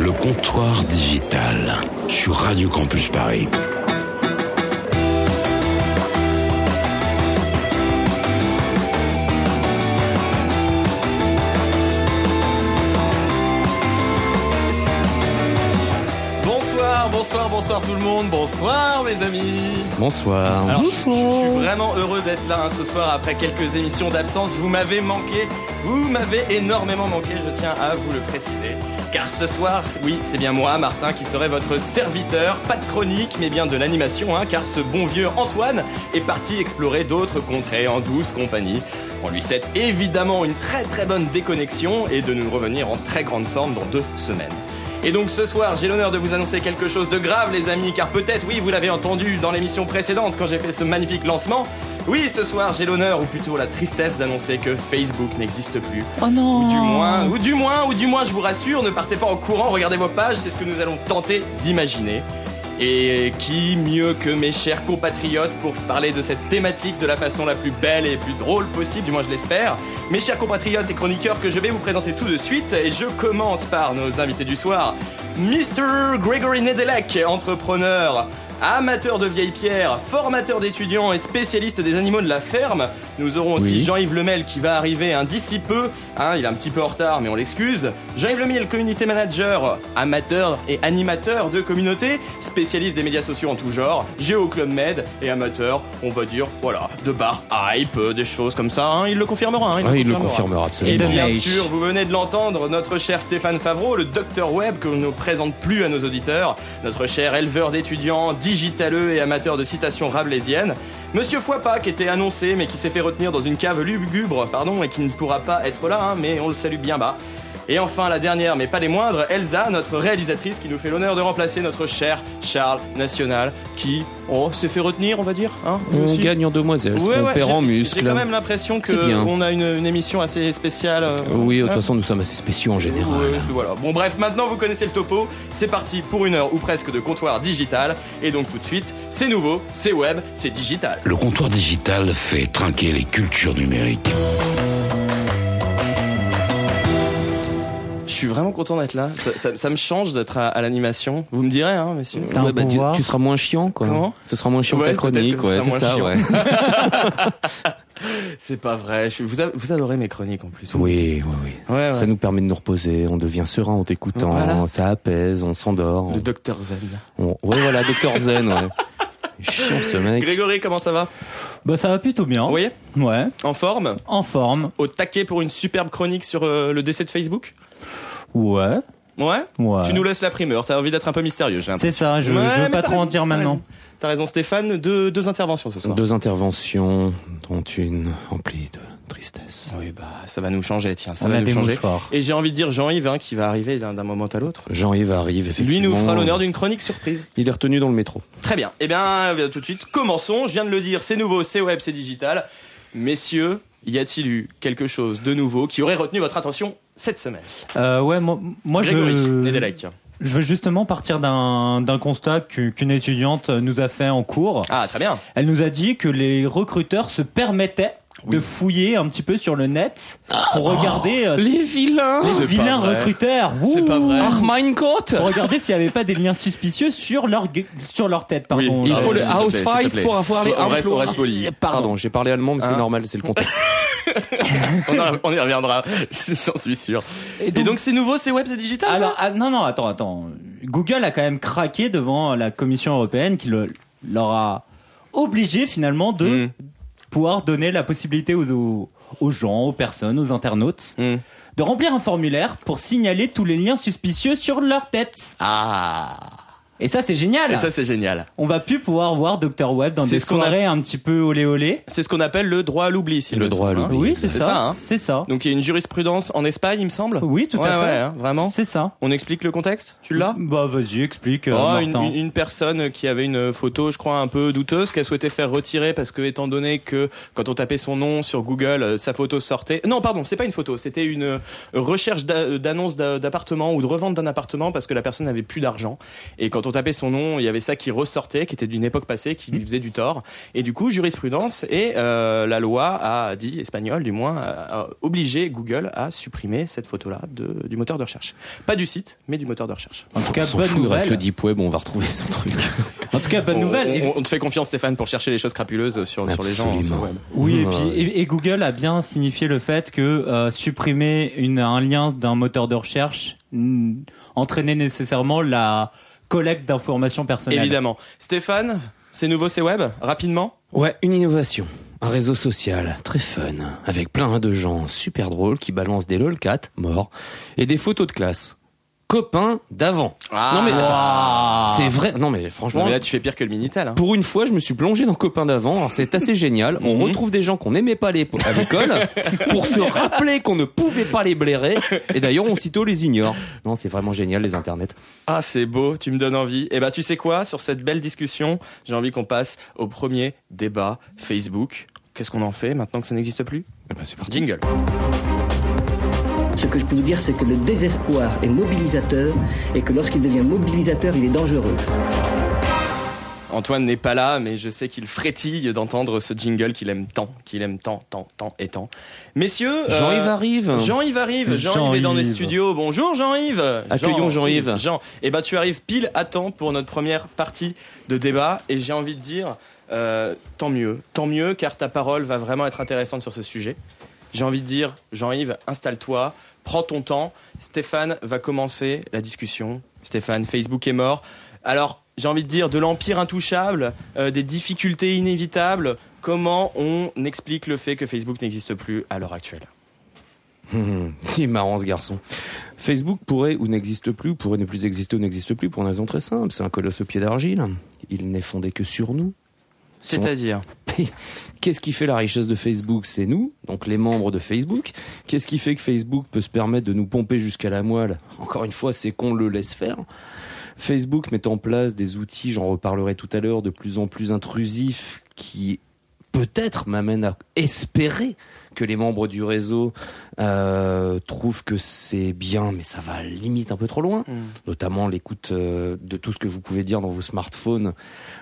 Le comptoir digital sur Radio Campus Paris. Bonsoir tout le monde, bonsoir mes amis. Bonsoir. Alors, je suis vraiment heureux d'être là ce soir après quelques émissions d'absence. Vous m'avez manqué, vous m'avez énormément manqué, je tiens à vous le préciser. Car ce soir, oui, c'est bien moi, Martin, qui serai votre serviteur. Pas de chronique, mais bien de l'animation, car ce bon vieux Antoine est parti explorer d'autres contrées en douce compagnie. On lui souhaite évidemment une très très bonne déconnexion et de nous revenir en très grande forme dans 2 semaines. Et donc ce soir, j'ai l'honneur de vous annoncer quelque chose de grave les amis, car peut-être, oui, vous l'avez entendu dans l'émission précédente quand j'ai fait ce magnifique lancement. Oui, ce soir, j'ai l'honneur, ou plutôt la tristesse d'annoncer que Facebook n'existe plus. Oh non. Ou du moins, je vous rassure, ne partez pas en courant, regardez vos pages, c'est ce que nous allons tenter d'imaginer. Et qui mieux que mes chers compatriotes pour parler de cette thématique de la façon la plus belle et plus drôle possible, du moins je l'espère. Mes chers compatriotes et chroniqueurs que je vais vous présenter tout de suite, et je commence par nos invités du soir. Mr. Gregory Nedelec, entrepreneur, amateur de vieilles pierres, formateur d'étudiants et spécialiste des animaux de la ferme. Nous aurons aussi Jean-Yves Lemel qui va arriver d'ici peu. Il est un petit peu en retard mais on l'excuse. Jean-Yves Lemel, community manager, amateur et animateur de communauté, spécialiste des médias sociaux en tout genre, Géo Club Med et amateur, on va dire, voilà, de bar hype, des choses comme ça. Il le confirmera. Il le confirmera absolument. Et bien sûr, vous venez de l'entendre, notre cher Stéphane Favreau, le Dr Web que l'on ne présente plus à nos auditeurs, notre cher éleveur d'étudiants, digitaleux et amateur de citations rabelaisiennes. Monsieur Fouapa qui était annoncé mais qui s'est fait retenir dans une cave lugubre, et qui ne pourra pas être là, mais on le salue bien bas. Et enfin la dernière mais pas des moindres, Elsa, notre réalisatrice qui nous fait l'honneur de remplacer notre cher Charles National qui s'est fait retenir on va dire. On gagne en demoiselle, on perd en muscle. J'ai quand même l'impression qu'on a une émission assez spéciale. Oui, de toute façon nous sommes assez spéciaux en général. Voilà. Bon bref, maintenant vous connaissez le topo, c'est parti pour 1 heure ou presque de comptoir digital. Et donc tout de suite, c'est nouveau, c'est web, c'est digital. Le comptoir digital fait trinquer les cultures numériques. Je suis vraiment content d'être là. Ça me change d'être à l'animation. Vous me direz, messieurs. Tu seras moins chiant, quoi. Comment ? Ce sera moins chiant que la chronique, c'est ça, chiant. C'est pas vrai. Vous adorez mes chroniques en plus. Oui. Ouais. Ça nous permet de nous reposer. On devient serein en t'écoutant. Voilà. Ça apaise, on s'endort. Le Dr Zen. Voilà, Dr Zen, ouais. Chiant ce mec. Grégory, comment ça va ? Ça va plutôt bien. Oui. Ouais. En forme ? Au taquet pour une superbe chronique sur le décès de Facebook ? Ouais. Tu nous laisses la primeur, t'as envie d'être un peu mystérieux, j'ai l'impression. C'est ça, je veux pas trop en dire maintenant. T'as raison Stéphane, 2 interventions ce soir. 2 interventions, dont une remplie de tristesse. Oui, ça va nous changer, tiens, ça va nous changer. Mouchoirs. Et j'ai envie de dire Jean-Yves qui va arriver d'un moment à l'autre. Jean-Yves arrive, effectivement. Lui nous fera l'honneur d'une chronique surprise. Il est retenu dans le métro. Très bien, tout de suite, commençons. Je viens de le dire, c'est nouveau, c'est web, c'est digital. Messieurs, y a-t-il eu quelque chose de nouveau qui aurait retenu votre attention cette semaine ? Moi Grégory Nedelec. Je veux justement partir d'un constat qu'une étudiante nous a fait en cours. Ah, très bien. Elle nous a dit que les recruteurs se permettaient de fouiller un petit peu sur le net pour regarder les vilains recruteurs. C'est pas vrai. Ach mein Gott. Pour regarder s'il n'y avait pas des liens suspicieux sur leur tête. Pardon. Il faut le House Files pour avoir les on reste poli. Pardon, j'ai parlé allemand mais c'est normal, c'est le contexte. On y reviendra, j'en suis sûr. Et donc c'est nouveau, c'est web, c'est digital. Alors attends. Google a quand même craqué devant la Commission européenne qui leur a obligé finalement de pouvoir donner la possibilité aux gens, aux personnes, aux internautes de remplir un formulaire pour signaler tous les liens suspicieux sur leur tête. Et ça, c'est génial. On va plus pouvoir voir Dr Web dans des soirées un petit peu olé olé. C'est ce qu'on appelle le droit à l'oubli. Le droit à l'oubli. Oui, c'est ça. C'est ça. Donc il y a une jurisprudence en Espagne, il me semble. Oui, tout à fait. Vraiment. C'est ça. On explique le contexte. Tu l'as ? Vas-y, explique. Martin. Une personne qui avait une photo, je crois, un peu douteuse, qu'elle souhaitait faire retirer parce que, étant donné que quand on tapait son nom sur Google, sa photo sortait. Non, pardon, c'est pas une photo, c'était une recherche d'annonce d'appartement ou de revente d'un appartement parce que la personne n'avait plus d'argent. Et quand on on tapait son nom, il y avait ça qui ressortait, qui était d'une époque passée, qui lui faisait du tort. Et du coup, jurisprudence et la loi a dit, espagnole du moins, a obligé Google à supprimer cette photo-là du moteur de recherche. Pas du site, mais du moteur de recherche. En tout cas, s'en bonne fout, il reste nouvelle. le deep web, on va retrouver son truc. En tout cas, bonne nouvelle. On te fait confiance, Stéphane, pour chercher les choses crapuleuses sur les gens sur le web. Oui, et Google a bien signifié le fait que supprimer un lien d'un moteur de recherche entraînait nécessairement la collecte d'informations personnelles. Évidemment. Stéphane, c'est nouveau, c'est web, rapidement. Ouais, une innovation. Un réseau social très fun, avec plein de gens super drôles qui balancent des lolcats morts et des photos de classe. Copains d'avant. Non mais attends, c'est vrai. Non mais franchement, Non, mais là tu fais pire que le Minitel. Hein. pour une fois, je me suis plongé dans Copains d'avant. Alors c'est assez génial. On retrouve des gens qu'on n'aimait pas à l'école pour se rappeler qu'on ne pouvait pas les blairer. Et d'ailleurs, on sitôt les ignore. Non, c'est vraiment génial les internets. Ah, c'est beau, tu me donnes envie. Et tu sais quoi, sur cette belle discussion, j'ai envie qu'on passe au premier débat Facebook. Qu'est-ce qu'on en fait maintenant que ça n'existe plus ? C'est parti. Jingle. Ce que je peux vous dire, c'est que le désespoir est mobilisateur et que lorsqu'il devient mobilisateur, il est dangereux. Antoine n'est pas là, mais je sais qu'il frétille d'entendre ce jingle qu'il aime tant et tant. Messieurs, Jean-Yves arrive. Jean-Yves est dans les studios. Bonjour Jean-Yves. Accueillons Jean-Yves. Tu arrives pile à temps pour notre première partie de débat et j'ai envie de dire tant mieux, car ta parole va vraiment être intéressante sur ce sujet. J'ai envie de dire, Jean-Yves, installe-toi, prends ton temps. Stéphane va commencer la discussion. Stéphane, Facebook est mort. Alors, j'ai envie de dire, de l'empire intouchable, des difficultés inévitables. Comment on explique le fait que Facebook n'existe plus à l'heure actuelle ? Il est marrant ce garçon. Facebook pourrait ou n'existe plus, pourrait ne plus exister ou n'existe plus pour une raison très simple. C'est un colosse au pied d'argile. Il n'est fondé que sur nous. C'est-à-dire ? Qu'est-ce qui fait la richesse de Facebook ? C'est nous, donc les membres de Facebook. Qu'est-ce qui fait que Facebook peut se permettre de nous pomper jusqu'à la moelle ? Encore une fois, c'est qu'on le laisse faire. Facebook met en place des outils, j'en reparlerai tout à l'heure, de plus en plus intrusifs qui peut-être m'amènent à espérer que les membres du réseau trouvent que c'est bien, mais ça va limite un peu trop loin. Notamment l'écoute de tout ce que vous pouvez dire dans vos smartphones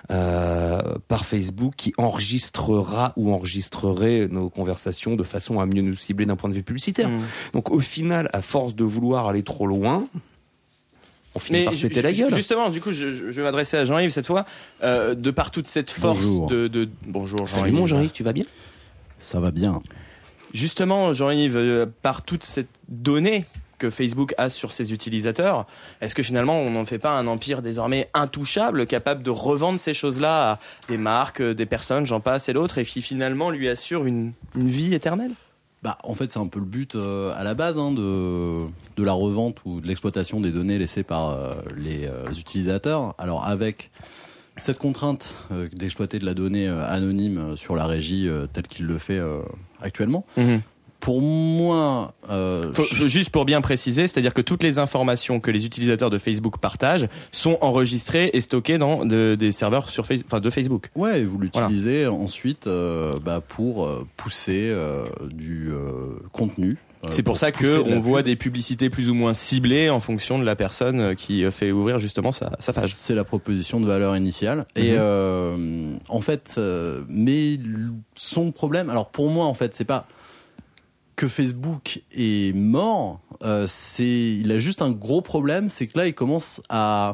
par Facebook, qui enregistrera ou enregistrerait nos conversations de façon à mieux nous cibler d'un point de vue publicitaire. Donc au final, à force de vouloir aller trop loin, on finit par se péter la gueule. Justement, du coup, je vais m'adresser à Jean-Yves cette fois. De par toute cette force Bonjour Jean-Yves. Salut mon Jean-Yves, tu vas bien ? Ça va bien. Justement, Jean-Yves, par toute cette donnée que Facebook a sur ses utilisateurs, est-ce que finalement on n'en fait pas un empire désormais intouchable, capable de revendre ces choses-là à des marques, des personnes, j'en passe et l'autre, et qui finalement lui assure une vie éternelle ? En fait, c'est un peu le but à la base de la revente ou de l'exploitation des données laissées par les utilisateurs. Alors avec cette contrainte d'exploiter de la donnée anonyme sur la régie telle qu'il le fait actuellement, pour moi... Juste pour bien préciser, c'est-à-dire que toutes les informations que les utilisateurs de Facebook partagent sont enregistrées et stockées dans des serveurs de Facebook. Ouais, vous l'utilisez ensuite pour pousser du contenu. C'est pour ça qu'on voit des publicités plus ou moins ciblées en fonction de la personne qui fait ouvrir justement sa page. C'est la proposition de valeur initiale. Et en fait, mais son problème... Alors pour moi, en fait, c'est pas que Facebook est mort, il a juste un gros problème, c'est que là il commence à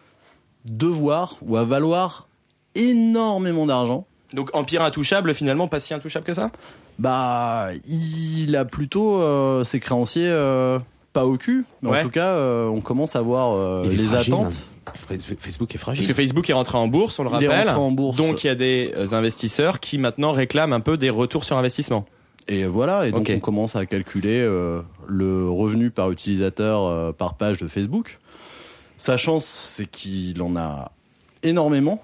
devoir ou à valoir énormément d'argent. Donc empire intouchable, finalement pas si intouchable que ça ? Il a plutôt ses créanciers pas au cul, mais en tout cas on commence à voir les attentes. Facebook est fragile. Parce que Facebook est rentré en bourse, on le rappelle. Il est rentré en bourse. Donc il y a des investisseurs qui maintenant réclament un peu des retours sur investissement. Et voilà, et donc on commence à calculer le revenu par utilisateur par page de Facebook. Sa chance, c'est qu'il en a énormément.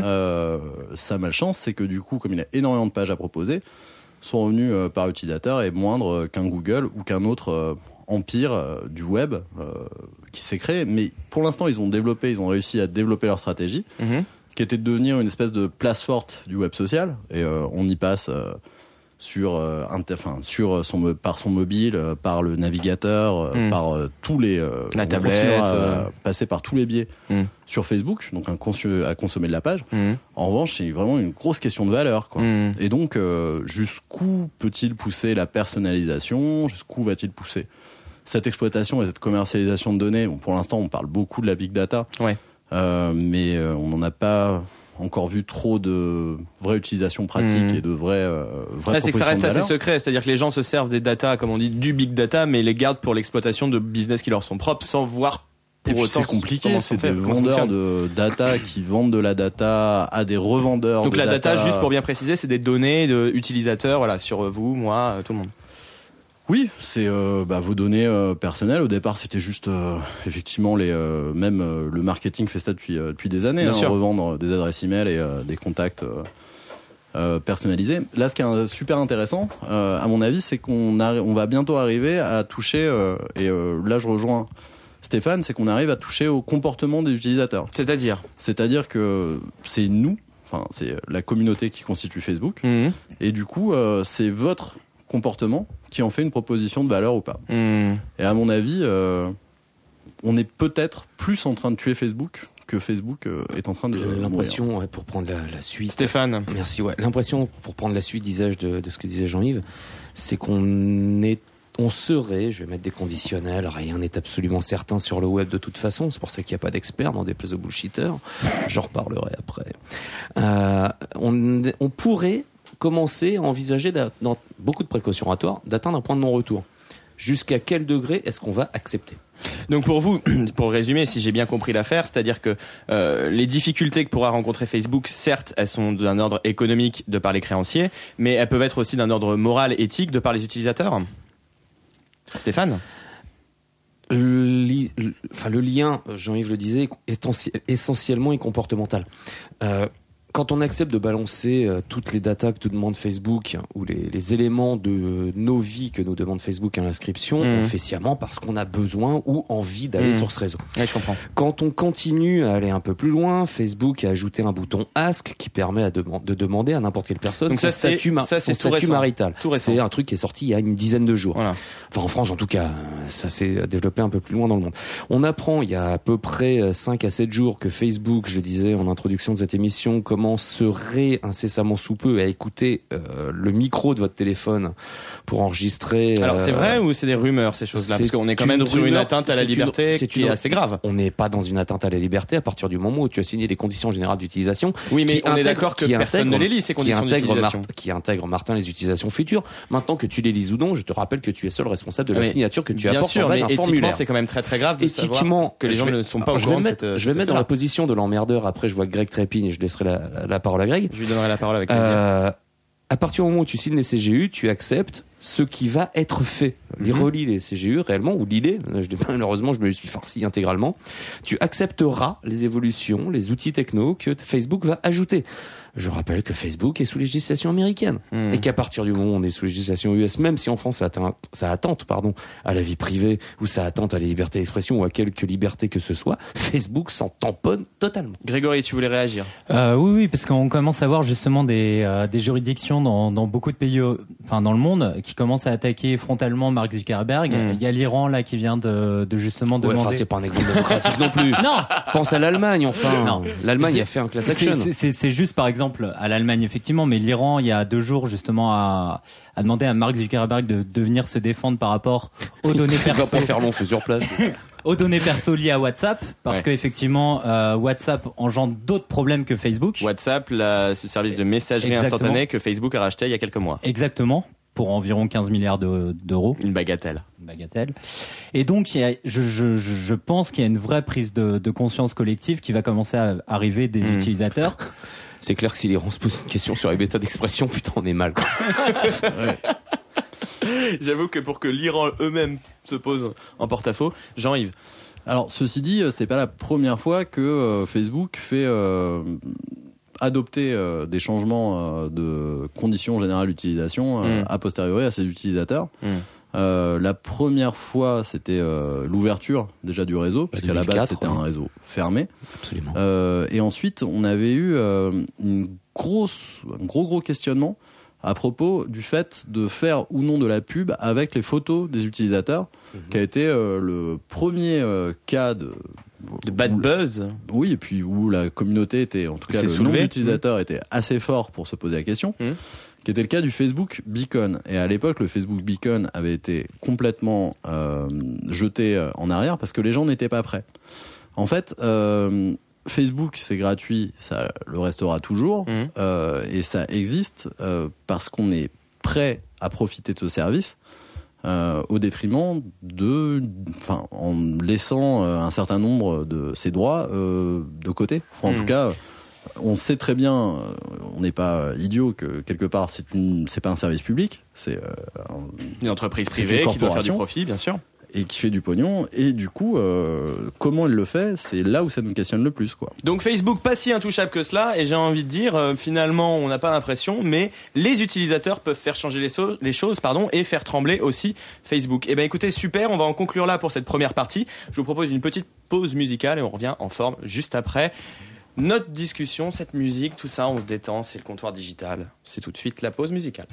Sa malchance, c'est que du coup, comme il a énormément de pages à proposer, son revenu par utilisateur est moindre qu'un Google ou qu'un autre empire du web qui s'est créé. Mais pour l'instant, ils ont réussi à développer leur stratégie, qui était de devenir une espèce de place forte du web social. Et on y passe... par son mobile, par le navigateur, par tous les la tablette, passer par tous les biais sur Facebook, donc à consommer de la page. En revanche, c'est vraiment une grosse question de valeur, quoi. Et donc, jusqu'où peut-il pousser la personnalisation ? Jusqu'où va-t-il pousser cette exploitation et cette commercialisation de données? Bon, pour l'instant, on parle beaucoup de la big data, mais on n'en a pas encore vu trop de vraies utilisations pratiques et de vraies c'est que ça reste assez secret, c'est-à-dire que les gens se servent des data, comme on dit, du big data, mais les gardent pour l'exploitation de business qui leur sont propres, sans voir pour autant. C'est compliqué, c'est des vendeurs de data qui vendent de la data à des revendeurs. Donc la data, juste pour bien préciser, c'est des données d'utilisateurs, voilà, sur vous, moi, tout le monde. Oui, c'est vos données personnelles. Au départ, c'était juste effectivement même le marketing fait ça depuis des années, revendre des adresses email et des contacts personnalisés. Là, ce qui est super intéressant, à mon avis, c'est qu'on va bientôt arriver à toucher là, je rejoins Stéphane, c'est qu'on arrive à toucher au comportement des utilisateurs. C'est-à-dire que c'est nous, enfin c'est la communauté qui constitue Facebook, et du coup, c'est votre comportement qui en fait une proposition de valeur ou pas. Et à mon avis, on est peut-être plus en train de tuer Facebook que Facebook est en train de l'impression, pour prendre la suite. Stéphane. Merci. L'impression, pour prendre la suite, disais-je, de ce que disait Jean-Yves, c'est on serait, je vais mettre des conditionnels, rien n'est absolument certain sur le web de toute façon, c'est pour ça qu'il n'y a pas d'experts dans des places de bullshitters, j'en reparlerai après. On pourrait commencer à envisager, dans beaucoup de précautions d'atteindre un point de non-retour. Jusqu'à quel degré est-ce qu'on va accepter ? Donc pour vous, pour résumer, si j'ai bien compris l'affaire, c'est-à-dire que les difficultés que pourra rencontrer Facebook, certes, elles sont d'un ordre économique de par les créanciers, mais elles peuvent être aussi d'un ordre moral, éthique de par les utilisateurs. Stéphane ? Le lien, Jean-Yves le disait, est essentiellement et comportemental. Quand on accepte de balancer toutes les datas que nous demande Facebook ou les éléments de nos vies que nous demande Facebook à l'inscription, on fait sciemment parce qu'on a besoin ou envie d'aller sur ce réseau. Ouais, je comprends. Quand on continue à aller un peu plus loin, Facebook a ajouté un bouton Ask qui permet de demander à n'importe quelle personne donc son statut marital. C'est un truc qui est sorti il y a une dizaine de jours. Voilà. Enfin, en France, en tout cas, ça s'est développé un peu plus loin dans le monde. On apprend il y a à peu près 5 à 7 jours que Facebook, je le disais en introduction de cette émission, serait incessamment sous peu à écouter le micro de votre téléphone pour enregistrer. Alors c'est vrai ou c'est des rumeurs ces choses-là ? Parce qu'on est quand même sur une atteinte à la liberté qui est assez grave. On n'est pas dans une atteinte à la liberté à partir du moment où tu as signé des conditions générales d'utilisation. Oui, mais on est d'accord que personne ne les lit ces conditions d'utilisation. Qui intègre, Martin, les utilisations futures. Maintenant que tu les lises ou non, je te rappelle que tu es seul responsable de la signature que tu apportes en bas d'un formulaire. Éthiquement, c'est quand même très très grave de savoir que les gens ne sont pas au courant de cette. Je vais mettre dans la position de l'emmerdeur. Après, je vois Greg trépigne et je laisserai la parole à Greg. Je lui donnerai la parole avec plaisir. À partir du moment où tu signes les CGU, tu acceptes ce qui va être fait. Relis les CGU réellement, ou lis-les. Malheureusement, je me suis farci intégralement. Tu accepteras les évolutions, les outils techno que Facebook va ajouter. Je rappelle que Facebook est sous législation américaine et qu'à partir du moment où on est sous législation US, même si en France ça attente à la vie privée ou ça attente à la liberté d'expression ou à quelque liberté que ce soit, Facebook s'en tamponne totalement. Grégory, tu voulais réagir ? Oui, parce qu'on commence à voir justement des juridictions dans beaucoup de pays, dans le monde, qui commencent à attaquer frontalement Mark Zuckerberg. Il y a l'Iran là qui vient de justement demander. C'est pas un exemple démocratique non plus. Non. Pense à l'Allemagne, enfin. Non. L'Allemagne a fait un class action. C'est juste par exemple à l'Allemagne effectivement, mais l'Iran il y a 2 jours justement a demandé à Mark Zuckerberg de venir se défendre par rapport aux données perso. On va pas faire long, fait sur place. Aux données perso liées à WhatsApp, parce qu'effectivement WhatsApp engendre d'autres problèmes que Facebook. WhatsApp, ce service de messagerie instantanée que Facebook a racheté il y a quelques mois. Exactement. Pour environ 15 milliards d'euros. Une bagatelle. Et donc, je pense qu'il y a une vraie prise de conscience collective qui va commencer à arriver des utilisateurs. C'est clair que si l'Iran se pose une question sur les méthodes d'expression, putain, on est mal, quoi. J'avoue que pour que l'Iran eux-mêmes se pose en porte-à-faux, Jean-Yves. Alors, ceci dit, c'est pas la première fois que Facebook fait adopter des changements de conditions générales d'utilisation a posteriori à ses utilisateurs. La première fois, c'était l'ouverture déjà du réseau, parce qu'à la base c'était un réseau fermé. Absolument. Et ensuite, on avait eu un gros questionnement à propos du fait de faire ou non de la pub avec les photos des utilisateurs, qui a été le premier cas de bad buzz. Oui, et puis où la communauté était, en tout cas, le nombre d'utilisateurs était assez fort pour se poser la question. Qui était le cas du Facebook Beacon. Et à l'époque, le Facebook Beacon avait été complètement jeté en arrière parce que les gens n'étaient pas prêts. En fait, Facebook, c'est gratuit, ça le restera toujours, et ça existe parce qu'on est prêt à profiter de ce service au détriment en laissant un certain nombre de ses droits de côté. En tout cas, on sait très bien, on n'est pas idiot que quelque part c'est pas un service public, c'est une entreprise privée qui doit faire du profit, bien sûr, et qui fait du pognon. Et du coup, comment elle le fait, c'est là où ça nous questionne le plus, quoi. Donc Facebook, pas si intouchable que cela, et j'ai envie de dire, finalement, on n'a pas l'impression, mais les utilisateurs peuvent faire changer les choses, et faire trembler aussi Facebook. Eh ben, écoutez, super, on va en conclure là pour cette première partie. Je vous propose une petite pause musicale et on revient en forme juste après. Notre discussion, cette musique, tout ça, on se détend, c'est le comptoir digital. C'est tout de suite la pause musicale.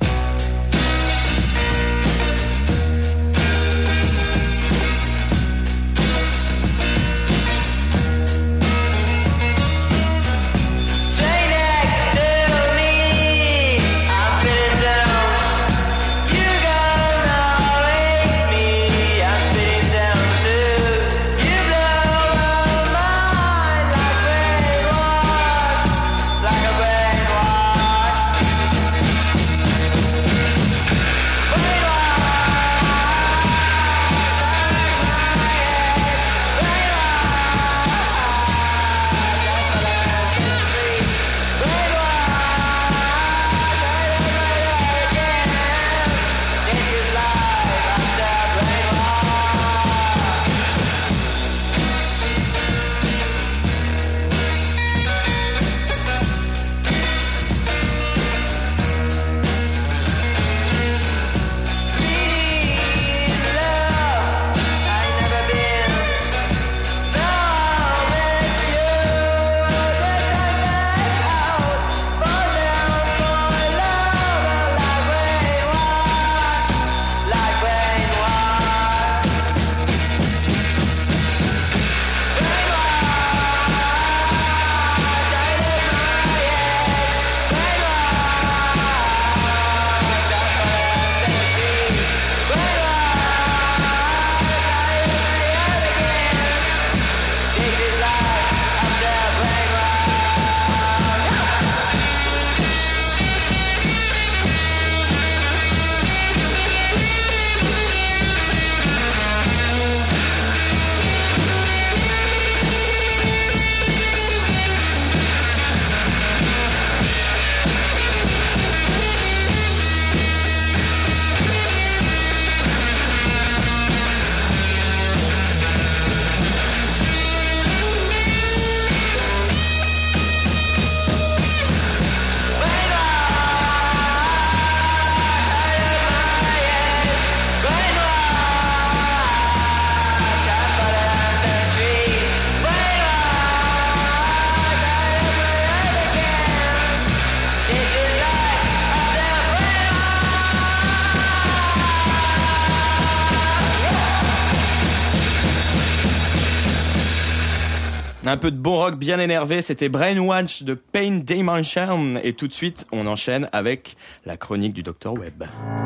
Un peu de bon rock bien énervé, c'était Brainwash de Pain Dimension. Et tout de suite, on enchaîne avec la chronique du Dr Web.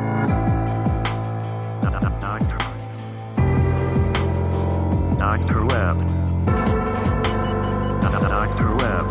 Dr Web. Dr Web.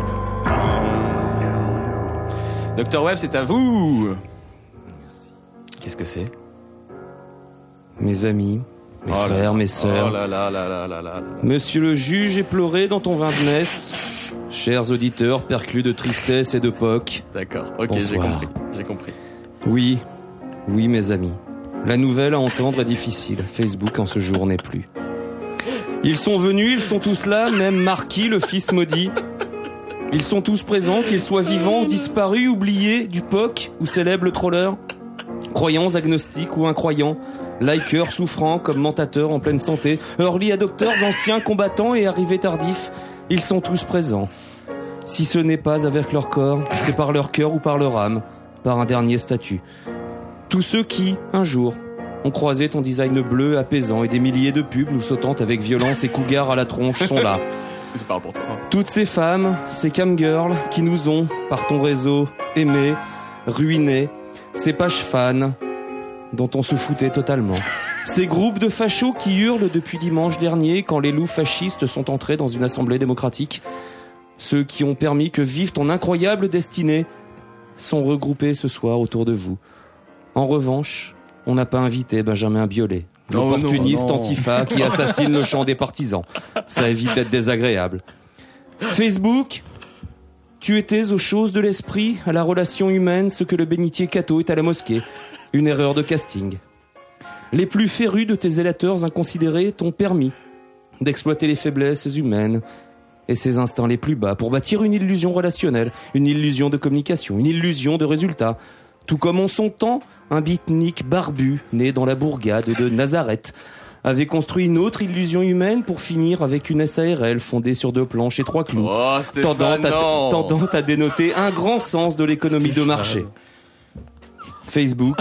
Dr Web, c'est à vous. Qu'est-ce que c'est? Mes amis, mes frères, mes sœurs. Oh là là là là là là. Monsieur le juge éploré dans ton vin de messe. Chers auditeurs perclus de tristesse et de poc. D'accord, ok, Bonsoir. j'ai compris. Oui, mes amis. La nouvelle à entendre est difficile. Facebook en ce jour n'est plus. Ils sont venus, ils sont tous là, même Marquis, le fils maudit. Ils sont tous présents, qu'ils soient vivants ou disparus, oubliés, du POC ou célèbres trolleurs. Croyants, agnostiques ou incroyants. Likers, souffrants, commentateurs en pleine santé. Early adopteurs, anciens, combattants et arrivés tardifs. Ils sont tous présents. Si ce n'est pas avec leur corps, c'est par leur cœur ou par leur âme. par un dernier statut. Tous ceux qui, un jour, ont croisé ton design bleu apaisant et des milliers de pubs nous sautant avec violence et cougars à la tronche sont là. Je parle pour toi. Toutes ces femmes, ces camgirls qui nous ont, par ton réseau, aimés, ruinés, ces pages fans dont on se foutait totalement. Ces groupes de fachos qui hurlent depuis dimanche dernier quand les loups fascistes sont entrés dans une assemblée démocratique. Ceux qui ont permis que vive ton incroyable destinée sont regroupés ce soir autour de vous. En revanche, on n'a pas invité Benjamin Biolay, l'opportuniste antifa qui assassine le chant des partisans. Ça évite d'être désagréable. Facebook, tu étais aux choses de l'esprit, à la relation humaine, ce que le bénitier Cato est à la mosquée. Une erreur de casting. Les plus férus de tes zélateurs inconsidérés t'ont permis d'exploiter les faiblesses humaines et ses instincts les plus bas pour bâtir une illusion relationnelle, une illusion de communication, une illusion de résultat. Tout comme en son temps, un beatnik barbu, né dans la bourgade de Nazareth, avait construit une autre illusion humaine pour finir avec une SARL fondée sur 2 planches et 3 clous, tendant à dénoter un grand sens de l'économie de marché. Facebook,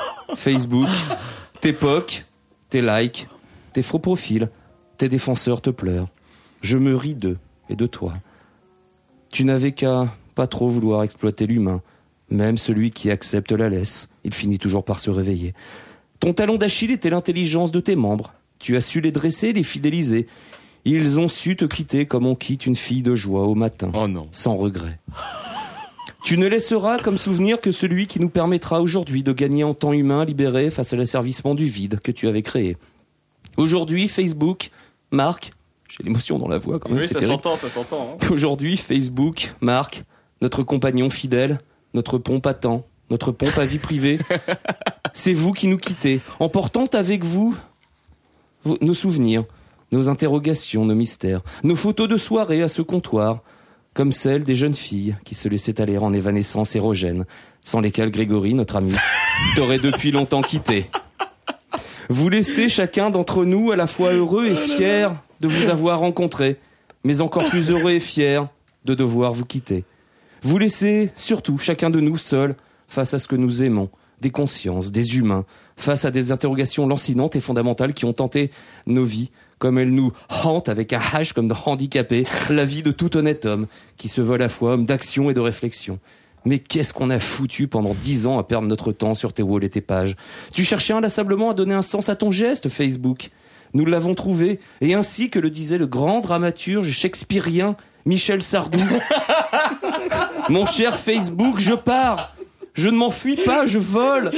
tes POC, tes likes, tes faux profils, tes défenseurs te pleurent. Je me ris d'eux et de toi. Tu n'avais qu'à pas trop vouloir exploiter l'humain. Même celui qui accepte la laisse, il finit toujours par se réveiller. Ton talon d'Achille était l'intelligence de tes membres. Tu as su les dresser, les fidéliser. Ils ont su te quitter comme on quitte une fille de joie au matin, sans regret. Tu ne laisseras comme souvenir que celui qui nous permettra aujourd'hui de gagner en temps humain libéré face à l'asservissement du vide que tu avais créé. Aujourd'hui, Facebook marque... J'ai l'émotion dans la voix quand même, oui, c'est ça terrible. s'entend. Hein. Aujourd'hui, Facebook marque notre compagnon fidèle, notre pompe à temps, notre pompe à vie privée. C'est vous qui nous quittez, emportant avec vous nos souvenirs, nos interrogations, nos mystères, nos photos de soirée à ce comptoir, comme celles des jeunes filles qui se laissaient aller en évanescence érogène, sans lesquelles Grégory, notre ami, t'aurait depuis longtemps quitté. Vous laissez chacun d'entre nous à la fois heureux et fier de vous avoir rencontré, mais encore plus heureux et fier de devoir vous quitter. Vous laissez surtout chacun de nous seul face à ce que nous aimons, des consciences, des humains, face à des interrogations lancinantes et fondamentales qui ont tenté nos vies, comme elles nous hantent avec un H comme de handicapé, la vie de tout honnête homme, qui se veut à la fois homme d'action et de réflexion. Mais qu'est-ce qu'on a foutu pendant 10 ans à perdre notre temps sur tes walls et tes pages? Tu cherchais inlassablement à donner un sens à ton geste, Facebook. Nous l'avons trouvé, et ainsi que le disait le grand dramaturge shakespearien Michel Sardou. Mon cher Facebook, je pars. Je ne m'enfuis pas, je vole.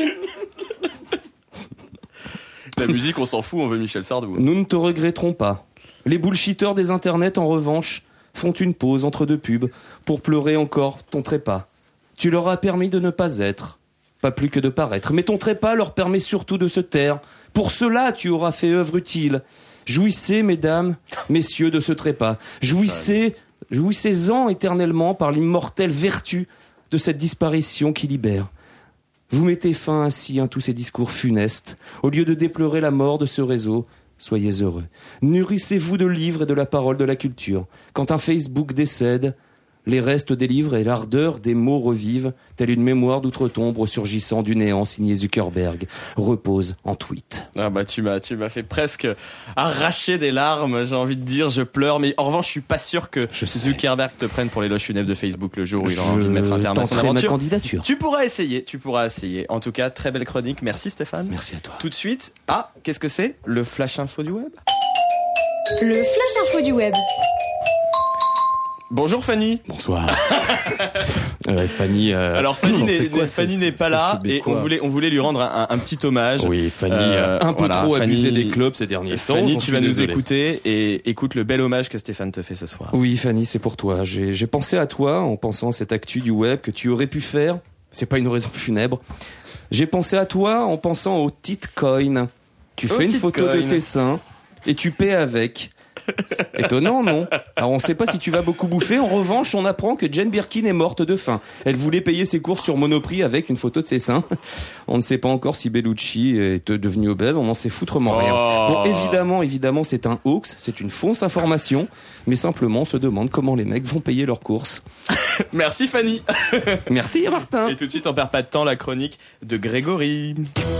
La musique, on s'en fout, on veut Michel Sardou. Nous ne te regretterons pas. Les bullshitters des internets, en revanche, font une pause entre 2 pubs pour pleurer encore ton trépas. Tu leur as permis de ne pas être, pas plus que de paraître. Mais ton trépas leur permet surtout de se taire. Pour cela, tu auras fait œuvre utile. Jouissez, mesdames, messieurs, de ce trépas. Jouissez-en éternellement par l'immortelle vertu de cette disparition qui libère. Vous mettez fin ainsi à tous ces discours funestes. Au lieu de déplorer la mort de ce réseau, soyez heureux. Nourrissez-vous de livres et de la parole de la culture. Quand un Facebook décède, les restes des livres et l'ardeur des mots revivent, telle une mémoire d'outre-tombe ressurgissant du néant signé Zuckerberg, repose en tweet. Ah bah tu m'as fait presque arracher des larmes, j'ai envie de dire, je pleure, mais en revanche je suis pas sûr que Zuckerberg te prenne pour l'éloge funèbre de Facebook le jour où il aura envie de mettre un terme à son aventure. Ma candidature. Tu pourras essayer. En tout cas, très belle chronique, merci Stéphane. Merci à toi. Tout de suite, qu'est-ce que c'est? Le flash info du web? Le flash info du web. Bonjour Fanny. Bonsoir. Fanny. Alors Fanny n'est pas là et on voulait lui rendre un petit hommage. Oui, Fanny un peu trop abusé des clubs ces derniers temps. Fanny, tu vas nous écouter et écoute le bel hommage que Stéphane te fait ce soir. Oui, Fanny, c'est pour toi. J'ai pensé à toi en pensant à cette actu du web que tu aurais pu faire. C'est pas une raison funèbre. J'ai pensé à toi en pensant au Titcoin. Tu fais une photo de tes seins et tu paies avec. Étonnant, non? Alors, on ne sait pas si tu vas beaucoup bouffer. En revanche, on apprend que Jane Birkin est morte de faim. Elle voulait payer ses courses sur Monoprix avec une photo de ses seins. On ne sait pas encore si Bellucci est devenu obèse. On n'en sait foutrement rien. Bon, évidemment, c'est un hoax. C'est une fausse information. Mais simplement, on se demande comment les mecs vont payer leurs courses. Merci Fanny. Merci Martin. Et tout de suite, on perd pas de temps, la chronique de Grégory.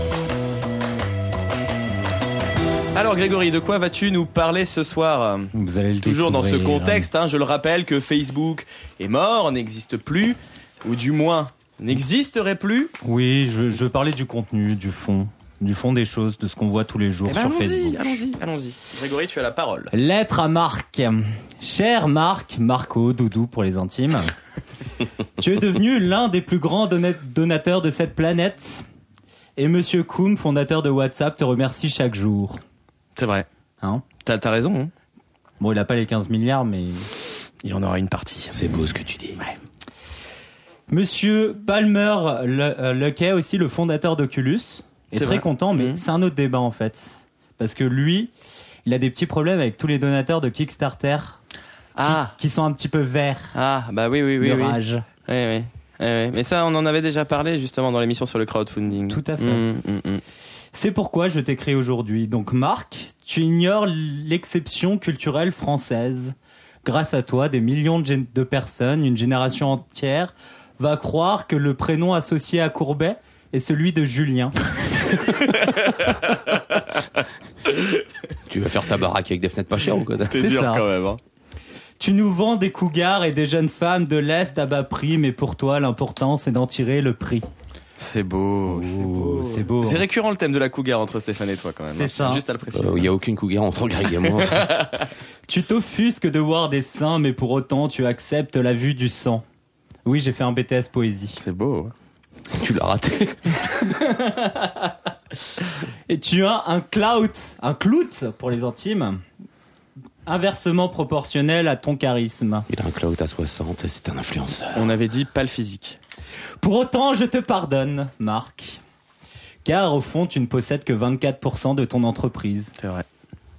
Alors Grégory, de quoi vas-tu nous parler ce soir ? Vous allez le Toujours dans ce découvrir. contexte, je le rappelle, que Facebook est mort, n'existe plus, ou du moins n'existerait plus. Oui, je veux parler du contenu, du fond des choses, de ce qu'on voit tous les jours sur Facebook. Allons-y. Grégory, tu as la parole. Lettre à Marc. Cher Marc, Marco, Doudou pour les intimes. Tu es devenu l'un des plus grands donateurs de cette planète. Et Monsieur Koum, fondateur de WhatsApp, te remercie chaque jour. C'est vrai. Hein ? T'as raison. Hein. Bon, il a pas les 15 milliards, mais... Il y en aura une partie. C'est beau ce que tu dis. Ouais. Monsieur Palmer Luckey, aussi le fondateur d'Oculus, est C'est très vrai. content, mais c'est un autre débat en fait. Parce que lui, il a des petits problèmes avec tous les donateurs de Kickstarter qui sont un petit peu verts Bah oui. de rage. Oui. Mais ça, on en avait déjà parlé justement dans l'émission sur le crowdfunding. Tout à fait. C'est pourquoi je t'écris aujourd'hui. Donc Marc, tu ignores l'exception culturelle française. Grâce à toi, des millions de personnes, une génération entière, va croire que le prénom associé à Courbet est celui de Julien. Tu vas faire ta baraque avec des fenêtres pas chères ou quoi? T'es C'est dur ça. quand même. Hein. Tu nous vends des cougars et des jeunes femmes de l'Est à bas prix, mais pour toi, l'important, c'est d'en tirer le prix. C'est beau. C'est beau. C'est récurrent le thème de la cougar entre Stéphane et toi quand même. C'est ça. Juste à le préciser. Il n'y a aucune cougar entre Greg et moi. Tu t'offusques de voir des seins, mais pour autant, tu acceptes la vue du sang. Oui, j'ai fait un BTS poésie. C'est beau. Tu l'as raté. Et tu as un clout pour les intimes, inversement proportionnel à ton charisme. Il a un cloud à 60 et c'est un influenceur. On avait dit pas le physique. Pour autant, je te pardonne, Marc. Car au fond, tu ne possèdes que 24% de ton entreprise. C'est vrai.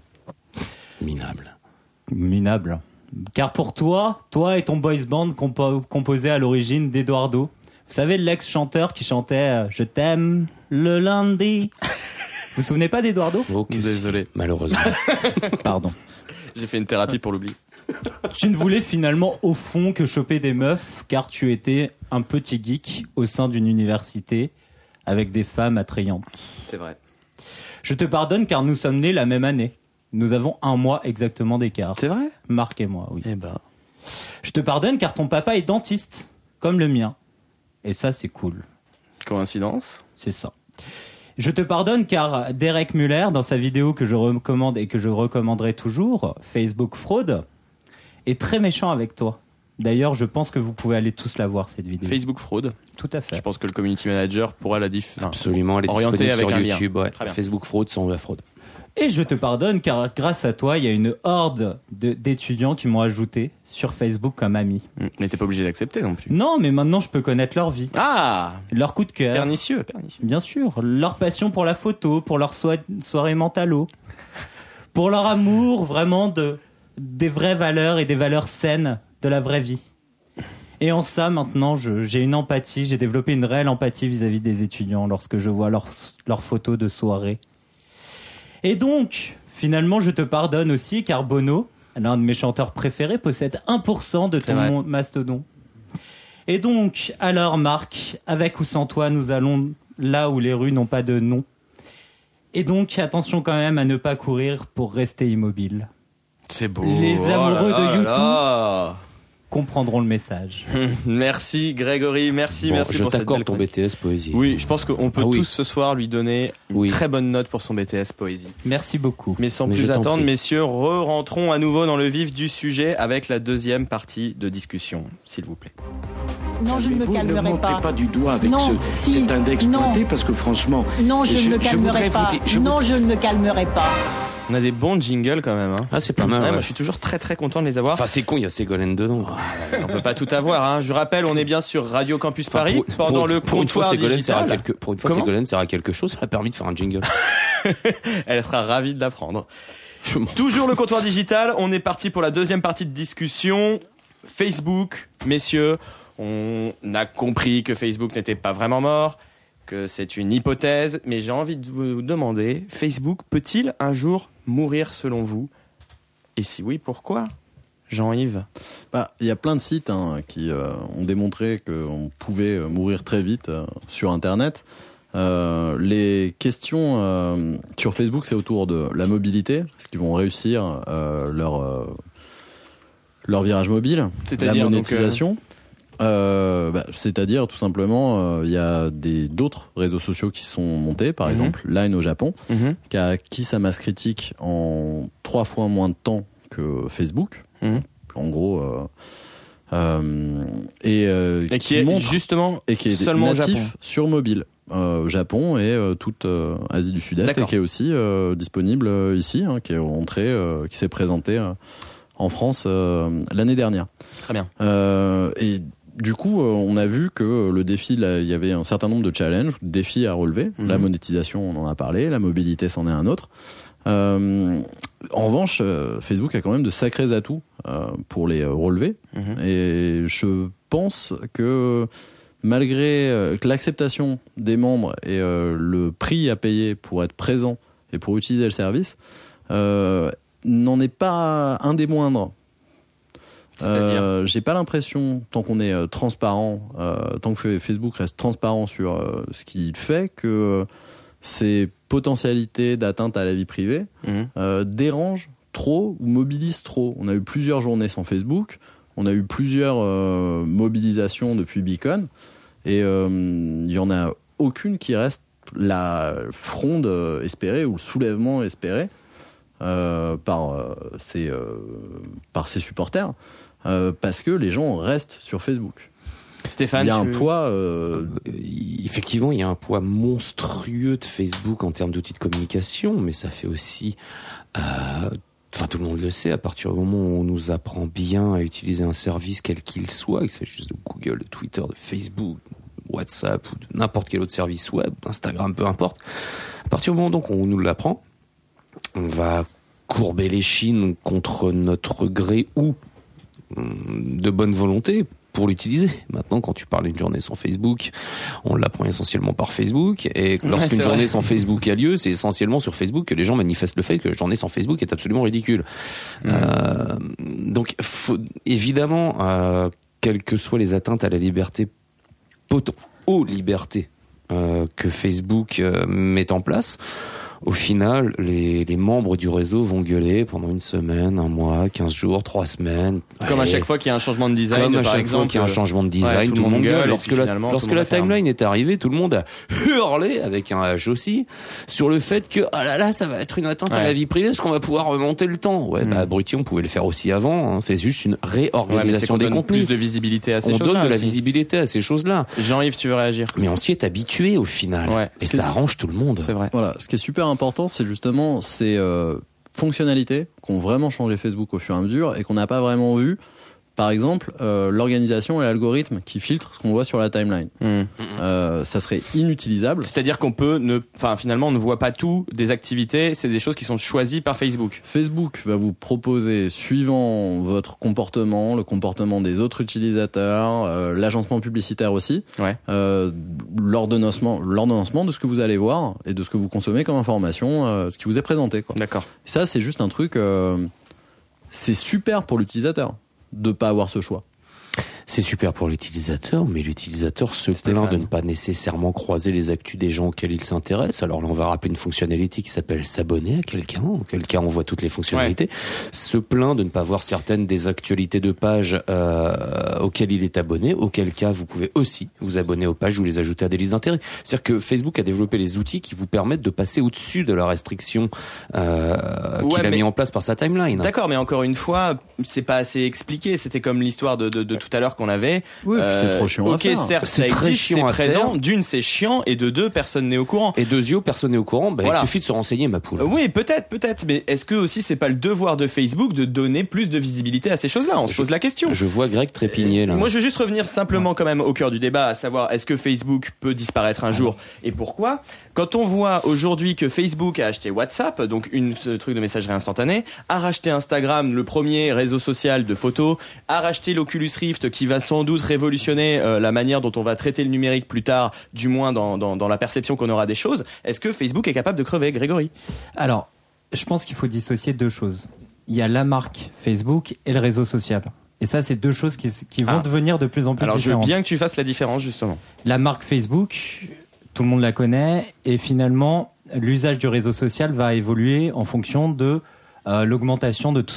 Minable. Car pour toi et ton boys band composé à l'origine d'Eduardo, vous savez l'ex-chanteur qui chantait Je t'aime le lundi. Vous vous souvenez pas d'Eduardo ? Oh, que Désolé. si. Malheureusement. Pardon. J'ai fait une thérapie pour l'oubli. Tu ne voulais finalement au fond que choper des meufs, car tu étais un petit geek au sein d'une université avec des femmes attrayantes. C'est vrai. Je te pardonne car nous sommes nés la même année. Nous avons 1 mois exactement d'écart. C'est vrai ? Marc et moi, oui. Eh ben. Je te pardonne car ton papa est dentiste, comme le mien. Et ça, c'est cool. Coïncidence ? C'est ça. Je te pardonne car Derek Muller, dans sa vidéo que je recommande et que je recommanderai toujours, Facebook Fraude, est très méchant avec toi. D'ailleurs, je pense que vous pouvez aller tous la voir, cette vidéo. Facebook fraude. Tout à fait. Je pense que le community manager pourra la Absolument, elle est orienter disponible avec sur un lien. YouTube. Ouais. Très bien. Facebook fraude sans la fraude. Et je te pardonne car grâce à toi, il y a une horde d'étudiants qui m'ont ajouté sur Facebook comme ami. Mais t'es pas obligé d'accepter non plus. Non, mais maintenant je peux connaître leur vie, Ah ! leur coup de cœur, Pernicieux. bien sûr, leur passion pour la photo, pour leur soirée mentalo, pour leur amour vraiment des vraies valeurs et des valeurs saines de la vraie vie. Et en ça, maintenant, j'ai une empathie, j'ai développé une réelle empathie vis-à-vis des étudiants lorsque je vois leurs photos de soirée. Et donc, finalement, je te pardonne aussi car Bono, l'un de mes chanteurs préférés, possède 1% de ton mastodon. Et donc, alors Marc, avec ou sans toi, nous allons là où les rues n'ont pas de nom. Et donc, attention quand même à ne pas courir pour rester immobile. C'est beau. Les amoureux de YouTube YouTube. comprendront le message. Merci Grégory, merci Bon, pour je cette t'accorde belle ton chronique. BTS poésie. Oui, je pense qu'on peut Ah oui. tous ce soir lui donner une Oui. très bonne note pour son BTS poésie. Merci beaucoup. Mais sans Mais je plus t'en attendre, prie. messieurs, rentrons à nouveau dans le vif du sujet avec la deuxième partie de discussion, s'il vous plaît. Non, je ne me Vous ne calmerai montrez pas du doigt avec Non, si, cet index non. pointé parce que franchement, Non, je ne me voudrais calmerai vous pas. dire- Non, je ne me calmerai pas. On a des bons jingles quand même. Hein. Ah, c'est pas mal. Ouais, ouais. moi, je suis toujours très très content de les avoir. Enfin, c'est con, il y a Ségolène dedans. On peut pas tout avoir. Hein. Je rappelle, on est bien sur Radio Campus Paris pendant le pour une fois, comptoir Ségolène sert à digital. pour une fois, Comment Ségolène sert à quelque chose. Ça a permis de faire un jingle. Elle sera ravie de l'apprendre. Toujours le comptoir digital, on est parti pour la deuxième partie de discussion. Facebook, messieurs, on a compris que Facebook n'était pas vraiment mort, que c'est une hypothèse, mais j'ai envie de vous demander, Facebook peut-il un jour mourir selon vous ? Et si oui, pourquoi ? Jean-Yves ? Il y a plein de sites qui ont démontré qu'on pouvait mourir très vite sur Internet. Les questions sur Facebook, c'est autour de la mobilité, est-ce qu'ils vont réussir leur virage mobile, la monétisation. C'est-à-dire tout simplement, il y a d'autres réseaux sociaux qui sont montés, par exemple Line au Japon, qui a acquis sa masse critique en 3 fois moins de temps que Facebook. En gros, et qui est montre, justement et qui est seulement natif sur mobile. Japon et toute Asie du Sud-Est. D'accord. Et qui est aussi disponible ici, qui est rentré, qui s'est présenté en France l'année dernière. Très bien. Et du coup, on a vu que le défi, il y avait un certain nombre de challenges, de défis à relever. La monétisation, on en a parlé, la mobilité, c'en est un autre. En revanche, Facebook a quand même de sacrés atouts pour les relever. Et je pense que malgré que l'acceptation des membres et le prix à payer pour être présent et pour utiliser le service n'en est pas un des moindres. J'ai pas l'impression, tant qu'on est transparent, tant que Facebook reste transparent sur ce qu'il fait, que ces potentialités d'atteinte à la vie privée dérangent trop ou mobilisent trop. On a eu plusieurs journées sans Facebook, on a eu plusieurs mobilisations depuis Beacon, et il y en a aucune qui reste la fronde espérée ou le soulèvement espéré par ses supporters, parce que les gens restent sur Facebook. Stéphane, il y a un poids. Effectivement, il y a un poids monstrueux de Facebook en termes d'outils de communication, mais ça fait aussi. Enfin, tout le monde le sait, à partir du moment où on nous apprend bien à utiliser un service quel qu'il soit, qu'il s'agisse de Google, de Twitter, de Facebook, de WhatsApp ou de n'importe quel autre service web, d'Instagram, peu importe. À partir du moment donc où on nous l'apprend, on va courber les chines contre notre gré ou de bonne volonté pour l'utiliser. Maintenant, quand tu parles d'une journée sans Facebook, on l'apprend essentiellement par Facebook, et lorsqu'une journée sans Facebook a lieu, c'est essentiellement sur Facebook que les gens manifestent le fait que la journée sans Facebook est absolument ridicule. Donc, évidemment, quelles que soient les atteintes à la liberté, aux libertés que Facebook met en place, au final, les membres du réseau vont gueuler pendant une semaine, un mois, 15 jours, 3 semaines. Comme à chaque fois qu'il y a un changement de design, comme à par chaque exemple, fois qu'il y a un changement de design, tout le monde gueule. Lorsque la timeline est arrivée, tout le monde a hurlé, avec un H aussi, sur le fait que, ah là là, ça va être une atteinte à la vie privée, est-ce qu'on va pouvoir remonter le temps? Ouais, abruti, on pouvait le faire aussi avant, hein. C'est juste une réorganisation des contenus. Plus de visibilité à ces choses-là. On donne de la aussi. Visibilité à ces choses-là. Jean-Yves, tu veux réagir? Mais on s'y est habitué au final. Et ça arrange tout le monde. C'est vrai. Voilà. Ce qui est super important, c'est justement ces fonctionnalités qui ont vraiment changé Facebook au fur et à mesure et qu'on n'a pas vraiment vu. Par exemple, l'organisation et l'algorithme qui filtre ce qu'on voit sur la timeline. Ça serait inutilisable. C'est-à-dire qu'on finalement, on ne voit pas tout des activités, c'est des choses qui sont choisies par Facebook. Facebook va vous proposer, suivant votre comportement, le comportement des autres utilisateurs, l'agencement publicitaire aussi, l'ordonnancement de ce que vous allez voir et de ce que vous consommez comme information, ce qui vous est présenté, quoi. D'accord. Ça, c'est juste un truc, c'est super pour l'utilisateur de pas avoir ce choix. C'est super pour l'utilisateur, mais l'utilisateur se plaint de ne pas nécessairement croiser les actus des gens auxquels il s'intéresse. Alors là, on va rappeler une fonctionnalité qui s'appelle s'abonner à quelqu'un, auquel cas on voit toutes les fonctionnalités. Se plaint de ne pas voir certaines des actualités de pages auxquelles il est abonné, auquel cas vous pouvez aussi vous abonner aux pages ou les ajouter à des listes d'intérêt. C'est-à-dire que Facebook a développé les outils qui vous permettent de passer au-dessus de la restriction qu'il a mis en place par sa timeline. D'accord, mais encore une fois, c'est pas assez expliqué. C'était comme l'histoire de tout à l'heure qu'on avait. Oui, c'est trop chiant à faire. Certes, C'est ça très existe, chiant c'est à présent. faire. D'une, c'est chiant, et de deux, personne n'est au courant. Et deuxièmement, personne n'est au courant, Voilà. il suffit de se renseigner, ma poule. Oui, peut-être, mais est-ce que aussi c'est pas le devoir de Facebook de donner plus de visibilité à ces choses-là? On se pose la question. Je vois Greg trépigner là. Moi, je veux juste revenir simplement quand même au cœur du débat, à savoir est-ce que Facebook peut disparaître un jour et pourquoi? Quand on voit aujourd'hui que Facebook a acheté WhatsApp, donc ce truc de messagerie instantanée, a racheté Instagram, le premier réseau social de photos, a racheté l'Oculus Rift qui va sans doute révolutionner la manière dont on va traiter le numérique plus tard, du moins dans la perception qu'on aura des choses, est-ce que Facebook est capable de crever, Grégory? Alors, je pense qu'il faut dissocier deux choses. Il y a la marque Facebook et le réseau social. Et ça, c'est deux choses qui vont devenir de plus en plus différentes. Je veux différentes. bien que tu fasses la différence, justement. La marque Facebook, tout le monde la connaît, et finalement, l'usage du réseau social va évoluer en fonction de l'augmentation de tout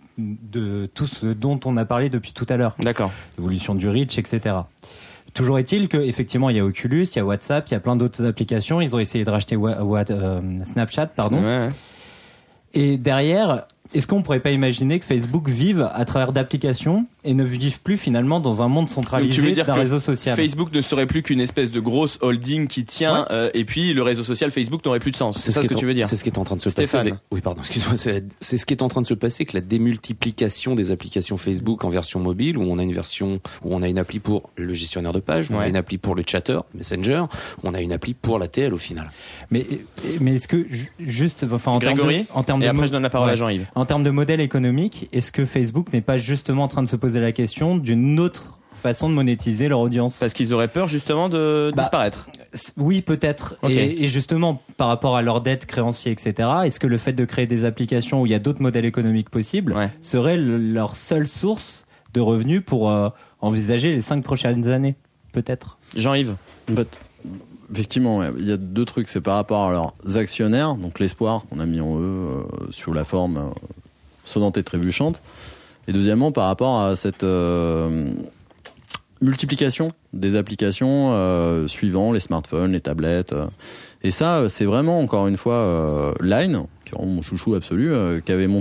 ce dont on a parlé depuis tout à l'heure. D'accord. L'évolution du reach, etc. Toujours est-il qu'effectivement, il y a Oculus, il y a WhatsApp, il y a plein d'autres applications. Ils ont essayé de racheter Snapchat, pardon. Ouais. Et derrière, est-ce qu'on pourrait pas imaginer que Facebook vive à travers d'applications et ne vive plus finalement dans un monde centralisé Donc tu veux dire d'un que réseau social? Facebook ne serait plus qu'une espèce de grosse holding qui tient, et puis le réseau social Facebook n'aurait plus de sens. C'est ça ce que tu veux dire? C'est ce qui est en train de se Stéphane. passer. Oui, pardon, excuse-moi. C'est ce qui est en train de se passer, que la démultiplication des applications Facebook en version mobile, où on a une appli pour le gestionnaire de page, où on a une appli pour le chatter, Messenger, où on a une appli pour la TL au final. Mais est-ce que juste, enfin, Grégory, en termes et de après je donne la parole à Jean-Yves. En termes de modèle économique, est-ce que Facebook n'est pas justement en train de se poser la question d'une autre façon de monétiser leur audience? Parce qu'ils auraient peur justement de disparaître. Oui, peut-être. Okay. Et justement, par rapport à leurs dettes, créanciers, etc., est-ce que le fait de créer des applications où il y a d'autres modèles économiques possibles serait leur seule source de revenus pour envisager les 5 prochaines années? Peut-être. Jean-Yves. Effectivement, il y a deux trucs. C'est par rapport à leurs actionnaires, donc l'espoir qu'on a mis en eux sous la forme sonnante et trébuchante. Et deuxièmement, par rapport à cette multiplication des applications suivant les smartphones, les tablettes. Et ça, c'est vraiment, encore une fois, Line, qui est vraiment mon chouchou absolu, qui avait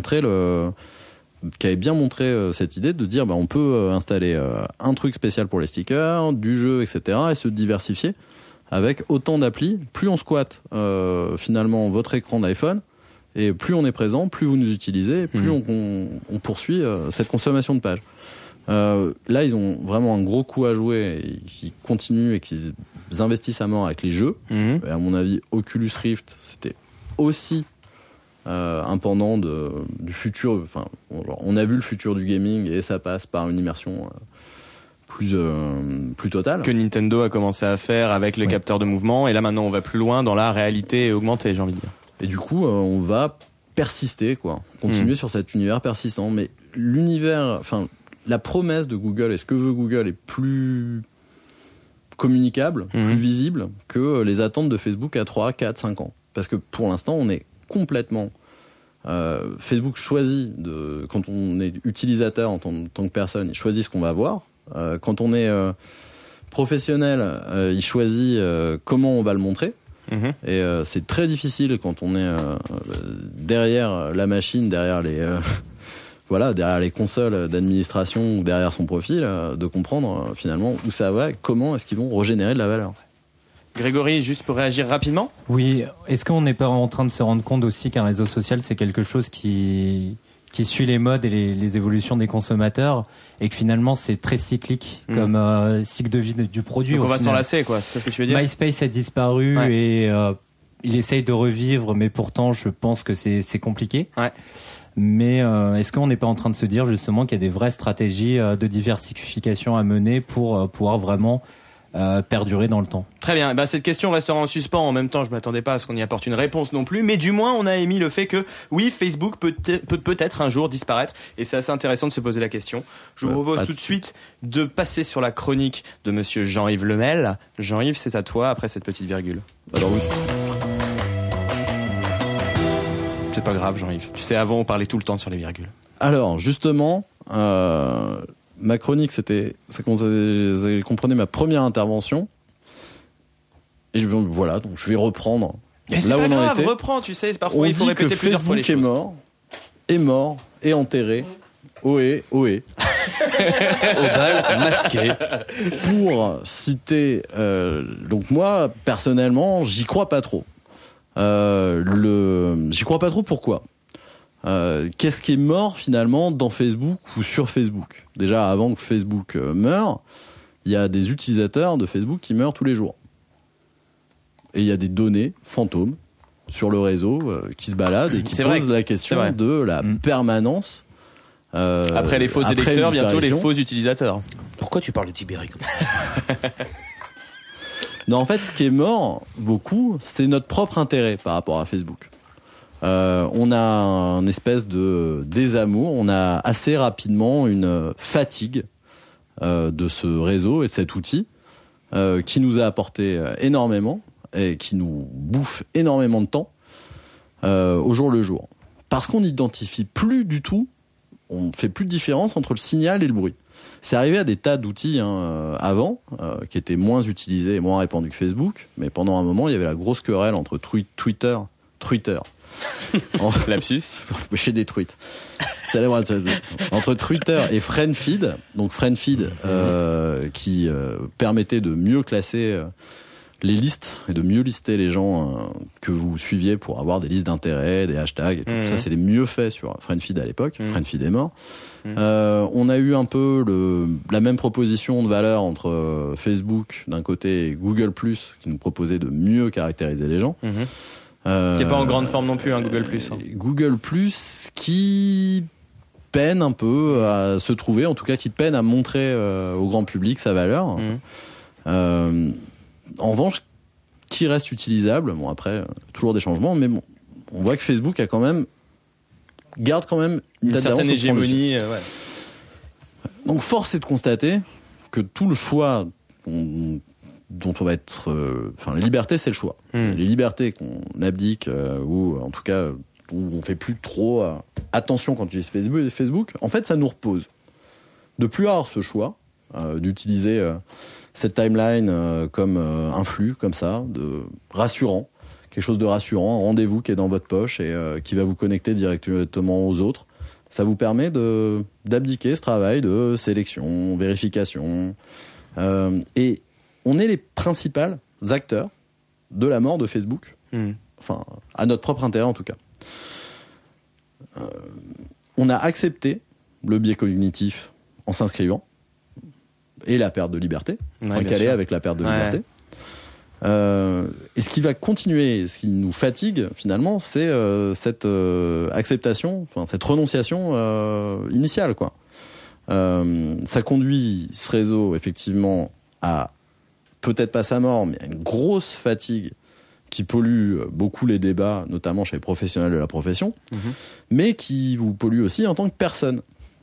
bien montré cette idée de dire on peut installer un truc spécial pour les stickers, du jeu, etc., et se diversifier avec autant d'applis. Plus on squatte finalement votre écran d'iPhone, et plus on est présent, plus vous nous utilisez, plus on poursuit cette consommation de pages. Là, ils ont vraiment un gros coup à jouer, et qui continuent et qu'ils investissent à mort avec les jeux. Et à mon avis, Oculus Rift, c'était aussi un pendant du futur. Enfin, on a vu le futur du gaming, et ça passe par une immersion plus totale. Que Nintendo a commencé à faire avec les capteurs de mouvement, et là maintenant on va plus loin dans la réalité augmentée, j'ai envie de dire. Et du coup, on va persister, continuer sur cet univers persistant. Mais l'univers, enfin, la promesse de Google et ce que veut Google est plus communicable, plus visible que les attentes de Facebook à 3, 4, 5 ans. Parce que pour l'instant, on est complètement... Facebook choisit, quand on est utilisateur en tant que personne, il choisit ce qu'on va voir. Quand on est professionnel, il choisit comment on va le montrer. Et c'est très difficile quand on est derrière la machine, derrière les consoles d'administration ou derrière son profil, de comprendre finalement où ça va, comment est-ce qu'ils vont régénérer de la valeur. Grégory, juste pour réagir rapidement. Oui, est-ce qu'on n'est pas en train de se rendre compte aussi qu'un réseau social, c'est quelque chose qui suit les modes et les évolutions des consommateurs, et que finalement c'est très cyclique comme cycle de vie du produit. Donc on va s'en lasser, quoi, c'est ça ce que tu veux dire? MySpace a disparu et il essaye de revivre, mais pourtant je pense que c'est compliqué. Mais est-ce qu'on n'est pas en train de se dire justement qu'il y a des vraies stratégies de diversification à mener pour pouvoir vraiment perdurer dans le temps? Très bien, cette question restera en suspens. En même temps, je m'attendais pas à ce qu'on y apporte une réponse non plus, mais du moins on a émis le fait que oui, Facebook peut peut-être un jour disparaître, et c'est assez intéressant de se poser la question. Je vous propose tout de suite de passer sur la chronique de monsieur Jean-Yves Lemel. Jean-Yves, c'est à toi après cette petite virgule. Alors oui. C'est pas grave, Jean-Yves. Tu sais, avant on parlait tout le temps sur les virgules. Alors justement, ma chronique, ça comprenait ma première intervention. Et voilà, donc je vais reprendre. Mais c'est là pas où on grave, en était. reprends, tu sais, parfois il faut répéter plusieurs fois les choses. est mort et enterré. Ohé, ohé. Au bal masqué. Pour citer, donc moi personnellement, j'y crois pas trop. J'y crois pas trop. Pourquoi ? Qu'est-ce qui est mort finalement dans Facebook ou sur Facebook ? Déjà, avant que Facebook meure, il y a des utilisateurs de Facebook qui meurent tous les jours. Et il y a des données fantômes sur le réseau qui se baladent et qui posent la question de la permanence. Après les faux électeurs, bientôt les faux utilisateurs. Pourquoi tu parles de Tibéri comme ça ? Non, en fait, ce qui est mort beaucoup, c'est notre propre intérêt par rapport à Facebook. On a un espèce de désamour, on a assez rapidement une fatigue de ce réseau et de cet outil qui nous a apporté énormément et qui nous bouffe énormément de temps au jour le jour. Parce qu'on n'identifie plus du tout, on ne fait plus de différence entre le signal et le bruit. C'est arrivé à des tas d'outils avant, qui étaient moins utilisés et moins répandus que Facebook, mais pendant un moment, il y avait la grosse querelle entre Twitter. Lapsus. Chez des tweets. Célèbre entre Twitter et Friendfeed. Donc Friendfeed, qui permettait de mieux classer les listes et de mieux lister les gens que vous suiviez pour avoir des listes d'intérêts, des hashtags. Et tout ça, c'était mieux fait sur Friendfeed à l'époque. Friendfeed est mort. On a eu un peu la même proposition de valeur entre Facebook d'un côté et Google+, qui nous proposait de mieux caractériser les gens. Qui n'est pas en grande forme non plus, Google+. Google+, qui peine un peu à se trouver, en tout cas qui peine à montrer au grand public sa valeur. En revanche, qui reste utilisable, bon après, toujours des changements, mais bon, on voit que Facebook garde quand même une certaine hégémonie. Donc force est de constater que tout le choix dont on va être... la liberté, c'est le choix. Les libertés qu'on abdique, ou en tout cas, où on fait plus trop attention quand on utilise Facebook, en fait, ça nous repose. De plus avoir ce choix, d'utiliser cette timeline comme un flux, comme ça, de rassurant, quelque chose de rassurant, un rendez-vous qui est dans votre poche et qui va vous connecter directement aux autres. Ça vous permet d'abdiquer ce travail de sélection, vérification. Et on est les principaux acteurs de la mort de Facebook. Enfin, à notre propre intérêt en tout cas. On a accepté le biais cognitif en s'inscrivant et la perte de liberté, recalé avec la perte de liberté. Et ce qui va continuer, ce qui nous fatigue finalement, c'est cette acceptation, cette renonciation initiale, quoi. Ça conduit ce réseau effectivement à peut-être pas sa mort, mais à une grosse fatigue qui pollue beaucoup les débats, notamment chez les professionnels de la profession, mais qui vous pollue aussi en tant que personne.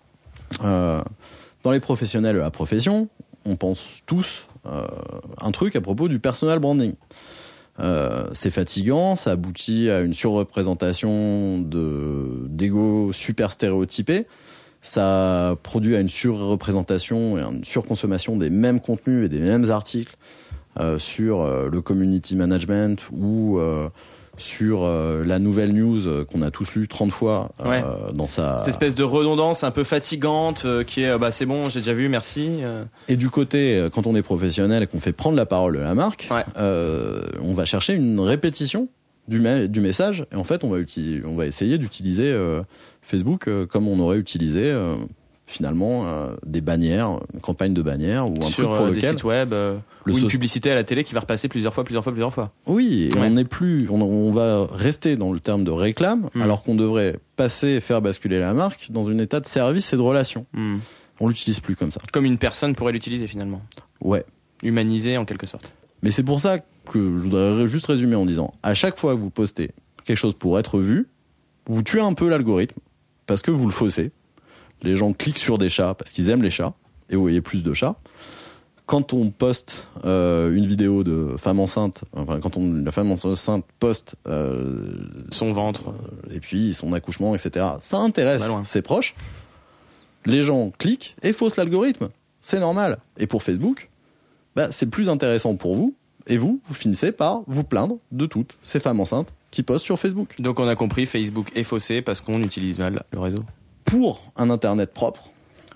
Dans les professionnels de la profession, on pense tous un truc à propos du personal branding. C'est fatigant, ça aboutit à une surreprésentation d'ego super stéréotypé, ça produit à une surreprésentation et une surconsommation des mêmes contenus et des mêmes articles sur le community management ou sur la nouvelle news qu'on a tous lu 30 fois dans sa... Cette espèce de redondance un peu fatigante qui est c'est bon, j'ai déjà vu, merci. Et du côté, quand on est professionnel et qu'on fait prendre la parole de la marque, on va chercher une répétition du message et en fait on va essayer d'utiliser Facebook comme on aurait utilisé finalement des bannières, une campagne de bannières ou un truc pour lequel des sites web ou une publicité à la télé qui va repasser plusieurs fois. Oui, et on va rester dans le terme de réclame alors qu'on devrait passer et faire basculer la marque dans un état de service et de relation. On l'utilise plus comme ça. Comme une personne pourrait l'utiliser finalement. Ouais. Humanisé en quelque sorte. Mais c'est pour ça que je voudrais juste résumer en disant, à chaque fois que vous postez quelque chose pour être vu, vous tuez un peu l'algorithme parce que vous le faussez. Les gens cliquent sur des chats parce qu'ils aiment les chats et vous voyez plus de chats. Quand on poste une vidéo de femme enceinte, la femme enceinte poste son ventre et puis son accouchement, etc. Ça intéresse ses proches. Les gens cliquent et faussent l'algorithme. C'est normal. Et pour Facebook, c'est plus intéressant pour vous. Et vous finissez par vous plaindre de toutes ces femmes enceintes qui postent sur Facebook. Donc on a compris, Facebook est faussé parce qu'on utilise mal le réseau. Pour un Internet propre,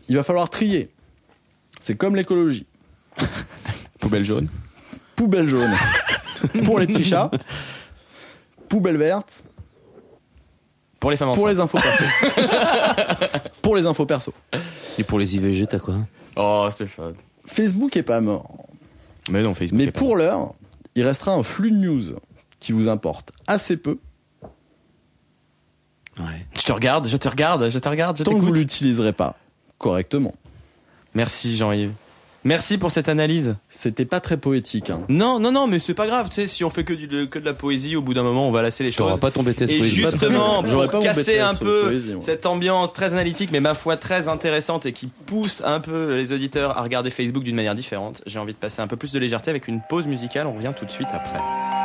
il va falloir trier. C'est comme l'écologie. Poubelle jaune. Poubelle jaune pour les petits chats. Poubelle verte pour les femmes pour enceintes. les infos perso. Pour les infos perso. Et pour les IVG, t'as quoi? Oh, Stéphane. Facebook est pas mort. Mais non, Facebook. Mais est pas pour bon. l'heure, il restera un flux de news qui vous importe assez peu. Ouais. Je te regarde, je Tant que vous t'écoute. l'utiliserez pas correctement. Merci Jean-Yves. Merci pour cette analyse. C'était pas très poétique. Hein. Non, mais c'est pas grave. Tu sais, si on fait que de la poésie, au bout d'un moment, on va lasser les T'auras choses. pas ton BTS Et poésie. justement, J'aurais pour pas mon casser BTS un peu poésie, moi. cette ambiance très analytique, mais ma foi très intéressante et qui pousse un peu les auditeurs à regarder Facebook d'une manière différente, j'ai envie de passer un peu plus de légèreté avec une pause musicale. On revient tout de suite après.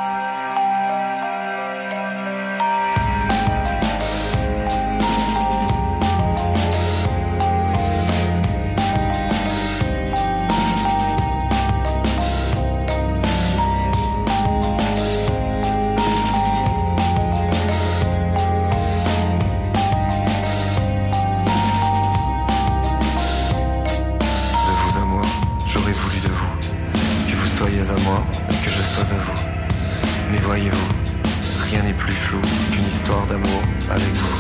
De vous à moi, j'aurais voulu de vous que vous soyez à moi et que je sois à vous. Mais voyez-vous, rien n'est plus flou qu'une histoire d'amour avec vous.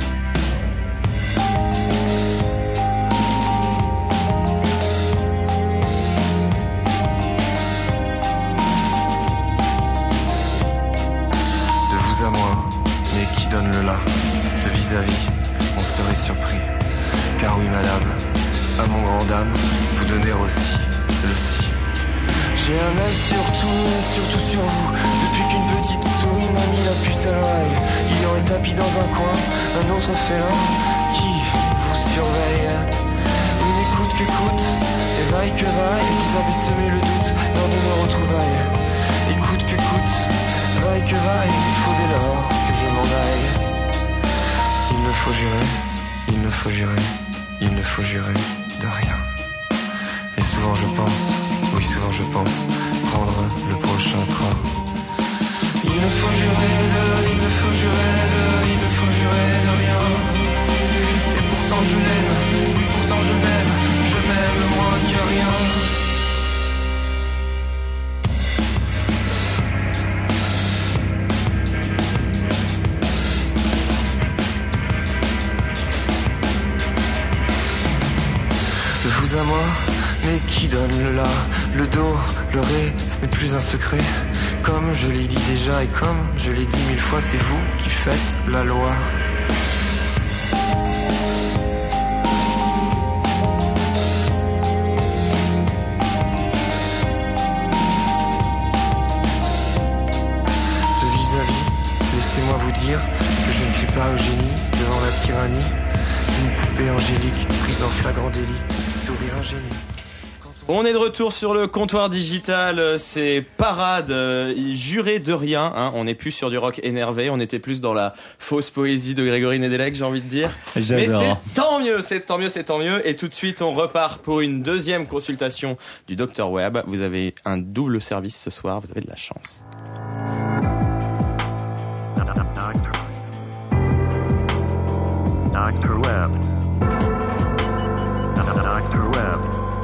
De vous à moi, mais qui donne le là? De vis-à-vis, on serait surpris. Car oui madame, à mon grand dame, vous donnez aussi le si. J'ai un œil sur tout et surtout sur vous. Depuis qu'une petite souris m'a mis la puce à l'oreille, il y aurait tapis dans un coin un autre félin qui vous surveille. Il n'écoute que coûte, et vaille que vaille, vous avez semé le doute lors de nos retrouvailles. Écoute que coûte, vaille que vaille, il faut dès lors que je m'en aille. Il ne faut jurer, il ne faut jurer, il ne faut jurer de rien. Et souvent je pense, oui souvent je pense, prendre le prochain train. Il ne faut jurer de, il ne faut jurer de, il ne faut jurer de rien. Et pourtant je l'aime, oui pourtant je m'aime moins que rien. De vous à moi, mais qui donne le là, le dos, le ré, ce n'est plus un secret. Comme je l'ai dit déjà et comme je l'ai dit 1000 fois, c'est vous qui faites la loi. De vis-à-vis, laissez-moi vous dire que je ne crie pas au génie devant la tyrannie d'une poupée angélique prise en flagrant délit. Sourire ingénu. On est de retour sur le comptoir digital, c'est Parade, juré de rien, hein. On n'est plus sur du rock énervé, on était plus dans la fausse poésie de Grégory Nedelec, j'ai envie de dire. J'adore. Mais c'est tant mieux, et tout de suite on repart pour une deuxième consultation du Dr Web. Vous avez un double service ce soir, vous avez de la chance. Dr. Web. Dr. Web.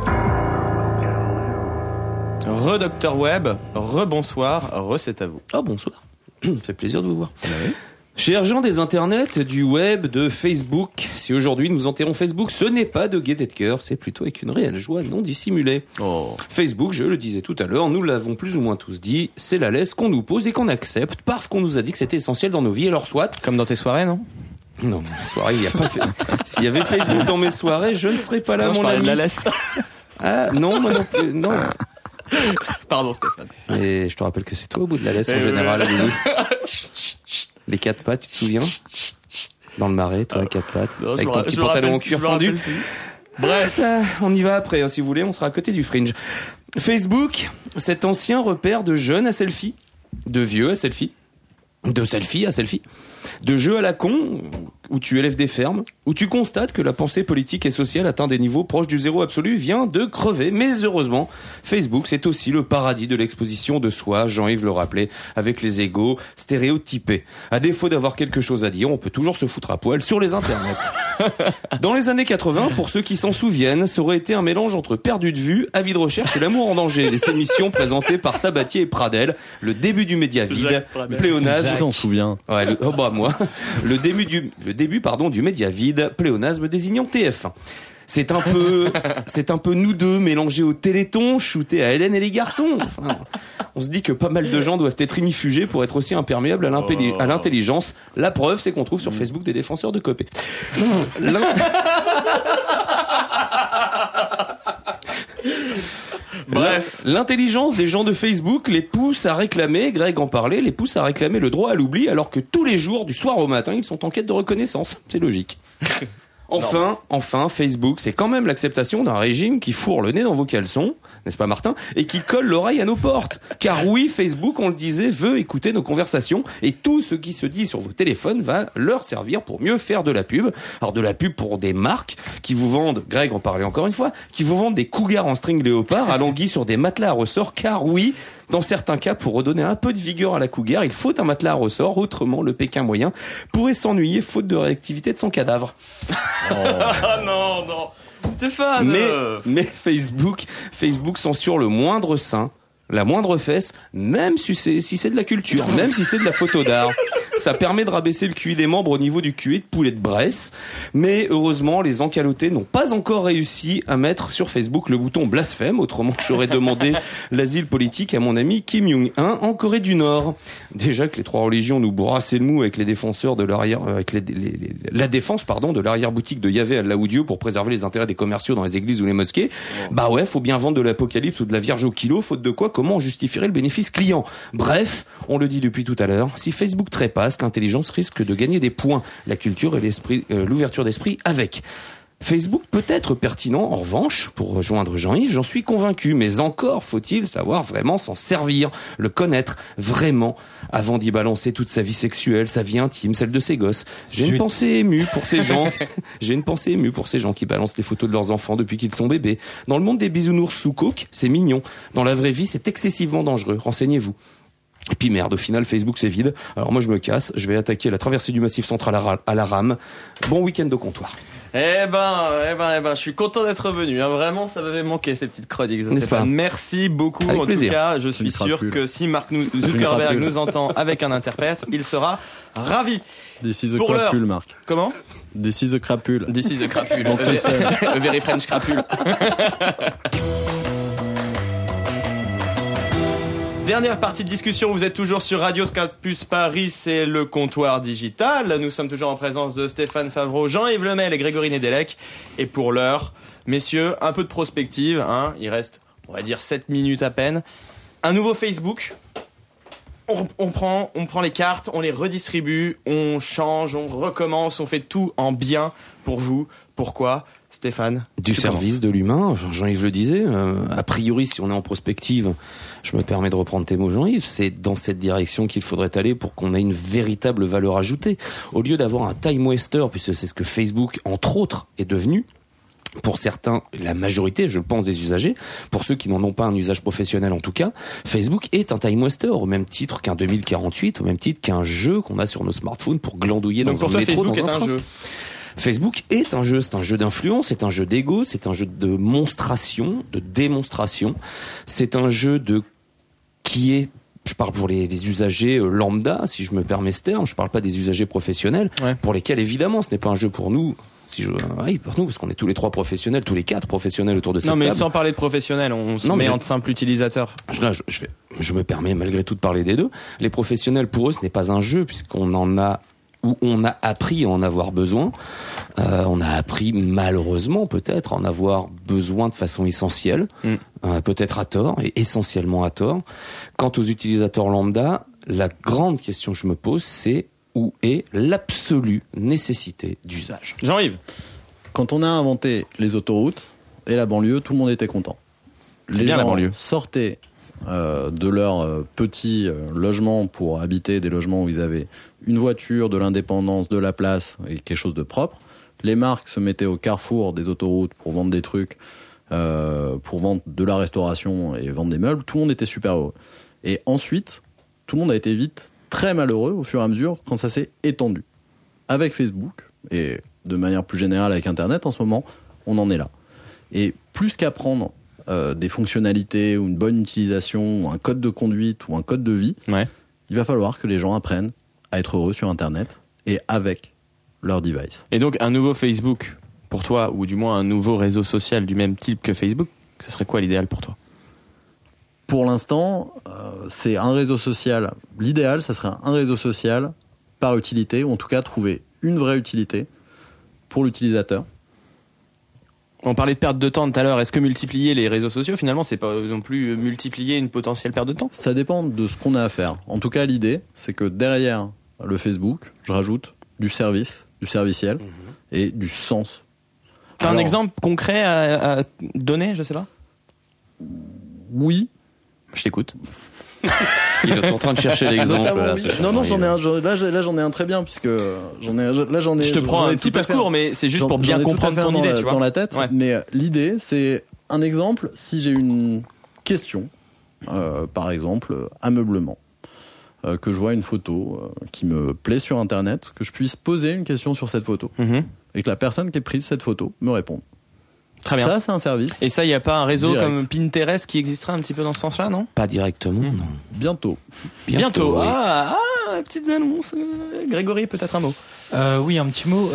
Re-Dr Web, re-bonsoir, re-c'est à vous. Oh, bonsoir. Ça fait plaisir de vous voir. Chers gens des internets, du web, de Facebook, si aujourd'hui nous enterrons Facebook, ce n'est pas de gaieté de cœur, c'est plutôt avec une réelle joie non dissimulée. Facebook, je le disais tout à l'heure, nous l'avons plus ou moins tous dit, c'est la laisse qu'on nous pose et qu'on accepte parce qu'on nous a dit que c'était essentiel dans nos vies, alors soit... Comme dans tes soirées, non? Non, mes soirées, il n'y a pas fait... S'il y avait Facebook dans mes soirées, je ne serais pas là, Non, je mon parlais ami. de la laisse. Ah, non, moi non plus, non. Pardon Stéphane. Et je te rappelle que c'est toi au bout de la laisse en Eh général, oui. Lily. Les quatre pattes, tu te souviens? Dans le marais, toi, quatre pattes. Non, avec ton petit pantalon en cuir fondu. Bref, ça, on y va après, hein, si vous voulez, on sera à côté du fringe. Facebook, cet ancien repère de jeunes à selfie, de vieux à selfie, de selfie à selfie, de jeux à la con, où tu élèves des fermes, où tu constates que la pensée politique et sociale atteint des niveaux proches du zéro absolu vient de crever. Mais heureusement, Facebook, c'est aussi le paradis de l'exposition de soi, Jean-Yves le rappelait, avec les égos stéréotypés. À défaut d'avoir quelque chose à dire, on peut toujours se foutre à poil sur les internets. Dans les années 80, pour ceux qui s'en souviennent, ça aurait été un mélange entre Perdu de vue, Avis de recherche et L'amour en danger. Des émissions présentées par Sabatier et Pradel. Le début du média vide, pléonasme. Qui s'en souvient? Ouais, moi. Le début du média vide, pléonasme désignant TF1. C'est un peu nous deux mélangés au Téléthon, shooté à Hélène et les garçons. Enfin, on se dit que pas mal de gens doivent être inifugés pour être aussi imperméables à l'intelligence. La preuve, c'est qu'on trouve sur Facebook des défenseurs de Copé. Bref, l'intelligence des gens de Facebook les pousse à réclamer, Greg en parlait, les pousse à réclamer le droit à l'oubli alors que tous les jours, du soir au matin, ils sont en quête de reconnaissance. C'est logique. Enfin, Facebook, c'est quand même l'acceptation d'un régime qui fourre le nez dans vos caleçons, n'est-ce pas Martin, et qui colle l'oreille à nos portes. Car oui, Facebook, on le disait, veut écouter nos conversations, et tout ce qui se dit sur vos téléphones va leur servir pour mieux faire de la pub. Alors de la pub pour des marques qui vous vendent, Greg en parlait encore une fois, qui vous vendent des cougars en string léopard alongis sur des matelas à ressort, car oui, dans certains cas, pour redonner un peu de vigueur à la cougar, il faut un matelas à ressort, autrement le Pékin moyen pourrait s'ennuyer faute de réactivité de son cadavre. Ah non, Stéphane. Mais Facebook censure le moindre sein, la moindre fesse, même si c'est de la culture, même si c'est de la photo d'art. Ça permet de rabaisser le QI des membres au niveau du QI de poulet de Bresse. Mais heureusement, les encalotés n'ont pas encore réussi à mettre sur Facebook le bouton blasphème. Autrement, j'aurais demandé l'asile politique à mon ami Kim Jong-un en Corée du Nord. Déjà que les trois religions nous bourrassaient le mou avec les défenseurs de la défense de l'arrière-boutique de Yahvé Allah-ou-Dieu pour préserver les intérêts des commerciaux dans les églises ou les mosquées. Bah ouais, faut bien vendre de l'Apocalypse ou de la Vierge au kilo, faute de quoi, comment on justifierait le bénéfice client? Bref, on le dit depuis tout à l'heure, si Facebook trépasse, l'intelligence risque de gagner des points, la culture et l'ouverture d'esprit avec. Facebook peut être pertinent, en revanche, pour rejoindre Jean-Yves, j'en suis convaincu, mais encore faut-il savoir vraiment s'en servir, le connaître vraiment, avant d'y balancer toute sa vie sexuelle, sa vie intime, celle de ses gosses. J'ai une pensée émue pour ces gens qui balancent les photos de leurs enfants depuis qu'ils sont bébés. Dans le monde des bisounours sous coke, c'est mignon. Dans la vraie vie, c'est excessivement dangereux. Renseignez-vous. Et puis merde, au final, Facebook c'est vide. Alors moi je me casse, je vais attaquer la traversée du Massif central à la rame. Bon week-end de comptoir. Eh ben, je suis content d'être venu. Hein. Vraiment, ça m'avait manqué ces petites chroniques. Merci beaucoup. Avec en plaisir. tout cas, je suis sûr que si Mark Zuckerberg nous entend avec un interprète, il sera ravi. This is the crapule, Marc. Comment? This is the crapule. This is the crapule. A very French crapule. Dernière partie de discussion, vous êtes toujours sur Radio Campus Paris, c'est le comptoir digital. Nous sommes toujours en présence de Stéphane Favreau, Jean-Yves Lemel et Grégory Nedelec. Et pour l'heure, messieurs, un peu de prospective, hein. Il reste, on va dire, 7 minutes à peine. Un nouveau Facebook. On prend les cartes, on les redistribue, on change, on recommence, on fait tout en bien pour vous. Pourquoi ? Stéphane, du service de l'humain, Jean-Yves le disait, a priori si on est en prospective, je me permets de reprendre tes mots Jean-Yves, c'est dans cette direction qu'il faudrait aller pour qu'on ait une véritable valeur ajoutée. Au lieu d'avoir un time waster, puisque c'est ce que Facebook entre autres est devenu, pour certains, la majorité, je pense, des usagers, pour ceux qui n'en ont pas un usage professionnel en tout cas, Facebook est un time waster, au même titre qu'un 2048, au même titre qu'un jeu qu'on a sur nos smartphones pour glandouiller dans un métro, dans un train. Donc pour toi, Facebook est un jeu. Facebook est un jeu, c'est un jeu d'influence, c'est un jeu d'ego, c'est un jeu de monstration, de démonstration. C'est un jeu qui est, je parle pour les usagers lambda, si je me permets ce terme, je parle pas des usagers professionnels, pour lesquels évidemment ce n'est pas un jeu pour nous. Pour nous, parce qu'on est tous les trois professionnels, tous les quatre professionnels autour de cette table. Non, mais sans parler de professionnels, on se met en simple utilisateur. Je me permets malgré tout de parler des deux. Les professionnels, pour eux, ce n'est pas un jeu, puisqu'on a appris à en avoir besoin. On a appris malheureusement peut-être à en avoir besoin de façon essentielle, peut-être à tort, et essentiellement à tort. Quant aux utilisateurs lambda, la grande question que je me pose, c'est où est l'absolue nécessité d'usage? Jean-Yves, quand on a inventé les autoroutes et la banlieue, tout le monde était content. Les gens sortaient de leur petit logement pour habiter, des logements où ils avaient une voiture, de l'indépendance, de la place et quelque chose de propre. Les marques se mettaient au carrefour des autoroutes pour vendre des trucs, pour vendre de la restauration et vendre des meubles. Tout le monde était super heureux. Et ensuite, tout le monde a été vite très malheureux au fur et à mesure quand ça s'est étendu. Avec Facebook et de manière plus générale avec Internet, en ce moment, on en est là. Et plus qu'apprendre des fonctionnalités ou une bonne utilisation ou un code de conduite ou un code de vie, il va falloir que les gens apprennent à être heureux sur Internet et avec leur device. Et donc un nouveau Facebook pour toi, ou du moins un nouveau réseau social du même type que Facebook, ce serait quoi l'idéal pour toi ? Pour l'instant, c'est un réseau social. L'idéal, ça serait un réseau social par utilité, ou en tout cas trouver une vraie utilité pour l'utilisateur. On parlait de perte de temps tout à l'heure. Est-ce que multiplier les réseaux sociaux, finalement, c'est pas non plus multiplier une potentielle perte de temps ? Ça dépend de ce qu'on a à faire. En tout cas, l'idée, c'est que derrière le Facebook, je rajoute du service, du serviciel et du sens. T'as un exemple concret à donner, je sais pas ? Oui. Je t'écoute. Il est en train de chercher l'exemple. Là, oui. Non, j'en ai un. Là, j'en ai un très bien puisque j'en ai. Je te prends un petit peu court, mais c'est juste pour bien comprendre ton idée, tu vois. Dans la tête. Ouais. Mais l'idée, c'est un exemple. Si j'ai une question, par exemple, ameublement, que je vois une photo qui me plaît sur Internet, que je puisse poser une question sur cette photo et que la personne qui ait prise cette photo me réponde. Très bien. Ça, c'est un service. Et ça, il n'y a pas un réseau direct. Comme Pinterest qui existerait un petit peu dans ce sens-là, non ? Pas directement, non. Bientôt. Bientôt. Oui. Petites annonces. Grégory, peut-être un mot. Oui, un petit mot.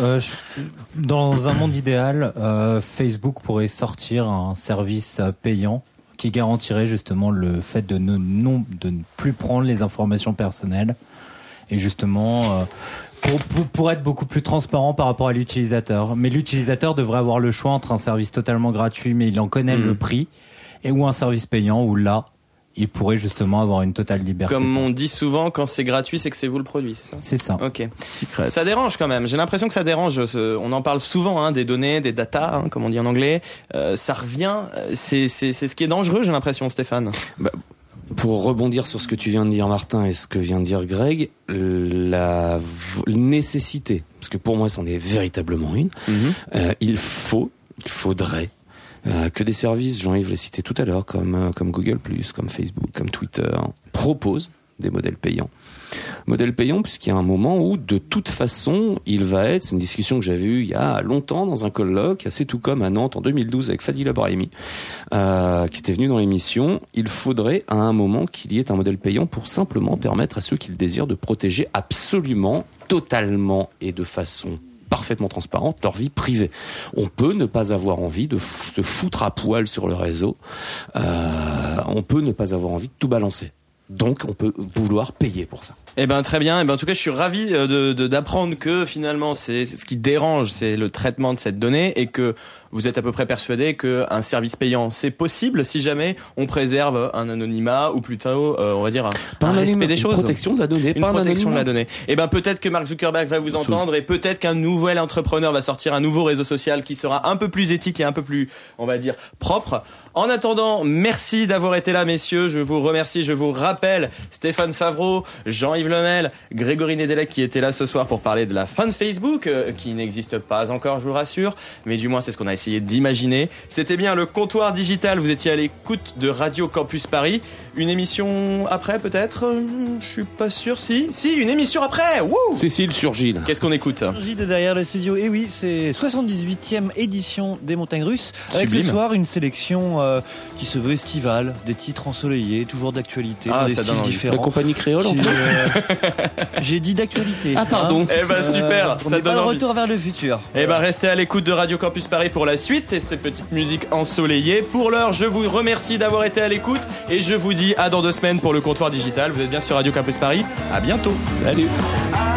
Dans un monde idéal, Facebook pourrait sortir un service payant qui garantirait justement le fait de ne plus prendre les informations personnelles et justement pour être beaucoup plus transparent par rapport à l'utilisateur. Mais l'utilisateur devrait avoir le choix entre un service totalement gratuit mais il en connaît le prix ou un service payant où là il pourrait justement avoir une totale liberté. Comme on dit souvent, quand c'est gratuit, c'est que c'est vous le produit, c'est ça ? C'est ça. Ok. Secret. Ça dérange quand même. J'ai l'impression que ça dérange. On en parle souvent, des données, des data, comme on dit en anglais. Ça revient. C'est ce qui est dangereux, j'ai l'impression, Stéphane. Pour rebondir sur ce que tu viens de dire, Martin, et ce que vient de dire Greg, la nécessité, parce que pour moi, c'en est véritablement une. Il faudrait que des services, Jean-Yves l'a cité tout à l'heure, comme Google+, comme Facebook, comme Twitter, proposent des modèles payants. Modèle payant, puisqu'il y a un moment où, de toute façon, il va être, c'est une discussion que j'avais eue il y a longtemps dans un colloque, assez tout comme à Nantes en 2012 avec Fadila Brahimi, qui était venu dans l'émission, il faudrait à un moment qu'il y ait un modèle payant pour simplement permettre à ceux qui le désirent de protéger absolument, totalement et de façon parfaitement transparente leur vie privée. On peut ne pas avoir envie de se foutre à poil sur le réseau, on peut ne pas avoir envie de tout balancer. Donc on peut vouloir payer pour ça. Eh ben très bien. Eh ben en tout cas, je suis ravi d'apprendre que finalement c'est ce qui dérange, c'est le traitement de cette donnée et que vous êtes à peu près persuadé qu'un service payant c'est possible si jamais on préserve un anonymat ou plutôt on va dire un respect des choses. Une protection de la donnée. Une protection de la donnée. Eh ben peut-être que Mark Zuckerberg va vous entendre et peut-être qu'un nouvel entrepreneur va sortir un nouveau réseau social qui sera un peu plus éthique et un peu plus, on va dire, propre. En attendant, merci d'avoir été là, messieurs. Je vous remercie. Je vous rappelle Stéphane Favreau, Jean-Yves Lemel, Grégory Nedelec qui étaient là ce soir pour parler de la fin de Facebook, qui n'existe pas encore, je vous rassure, mais du moins c'est ce qu'on a essayé d'imaginer. C'était bien le comptoir digital. Vous étiez à l'écoute de Radio Campus Paris. Une émission après, peut-être je suis pas sûr. Si, une émission après. Wouh. Cécile sur Gilles. Qu'est-ce qu'on écoute ? Gilles de derrière le studio. Et oui, c'est 78e édition des Montagnes Russes. Avec ce soir une sélection qui se veut estivale, des titres ensoleillés, toujours d'actualité, des styles différents. La compagnie créole. J'ai dit d'actualité. Ah pardon. Eh ben super. On ça n'est donne pas de envie. retour vers le futur. Eh ben restez à l'écoute de Radio Campus Paris pour la suite et ces petites musiques ensoleillées. Pour l'heure, je vous remercie d'avoir été à l'écoute et je vous dis à dans 2 semaines pour le comptoir digital. Vous êtes bien sur Radio Campus Paris. À bientôt. Salut.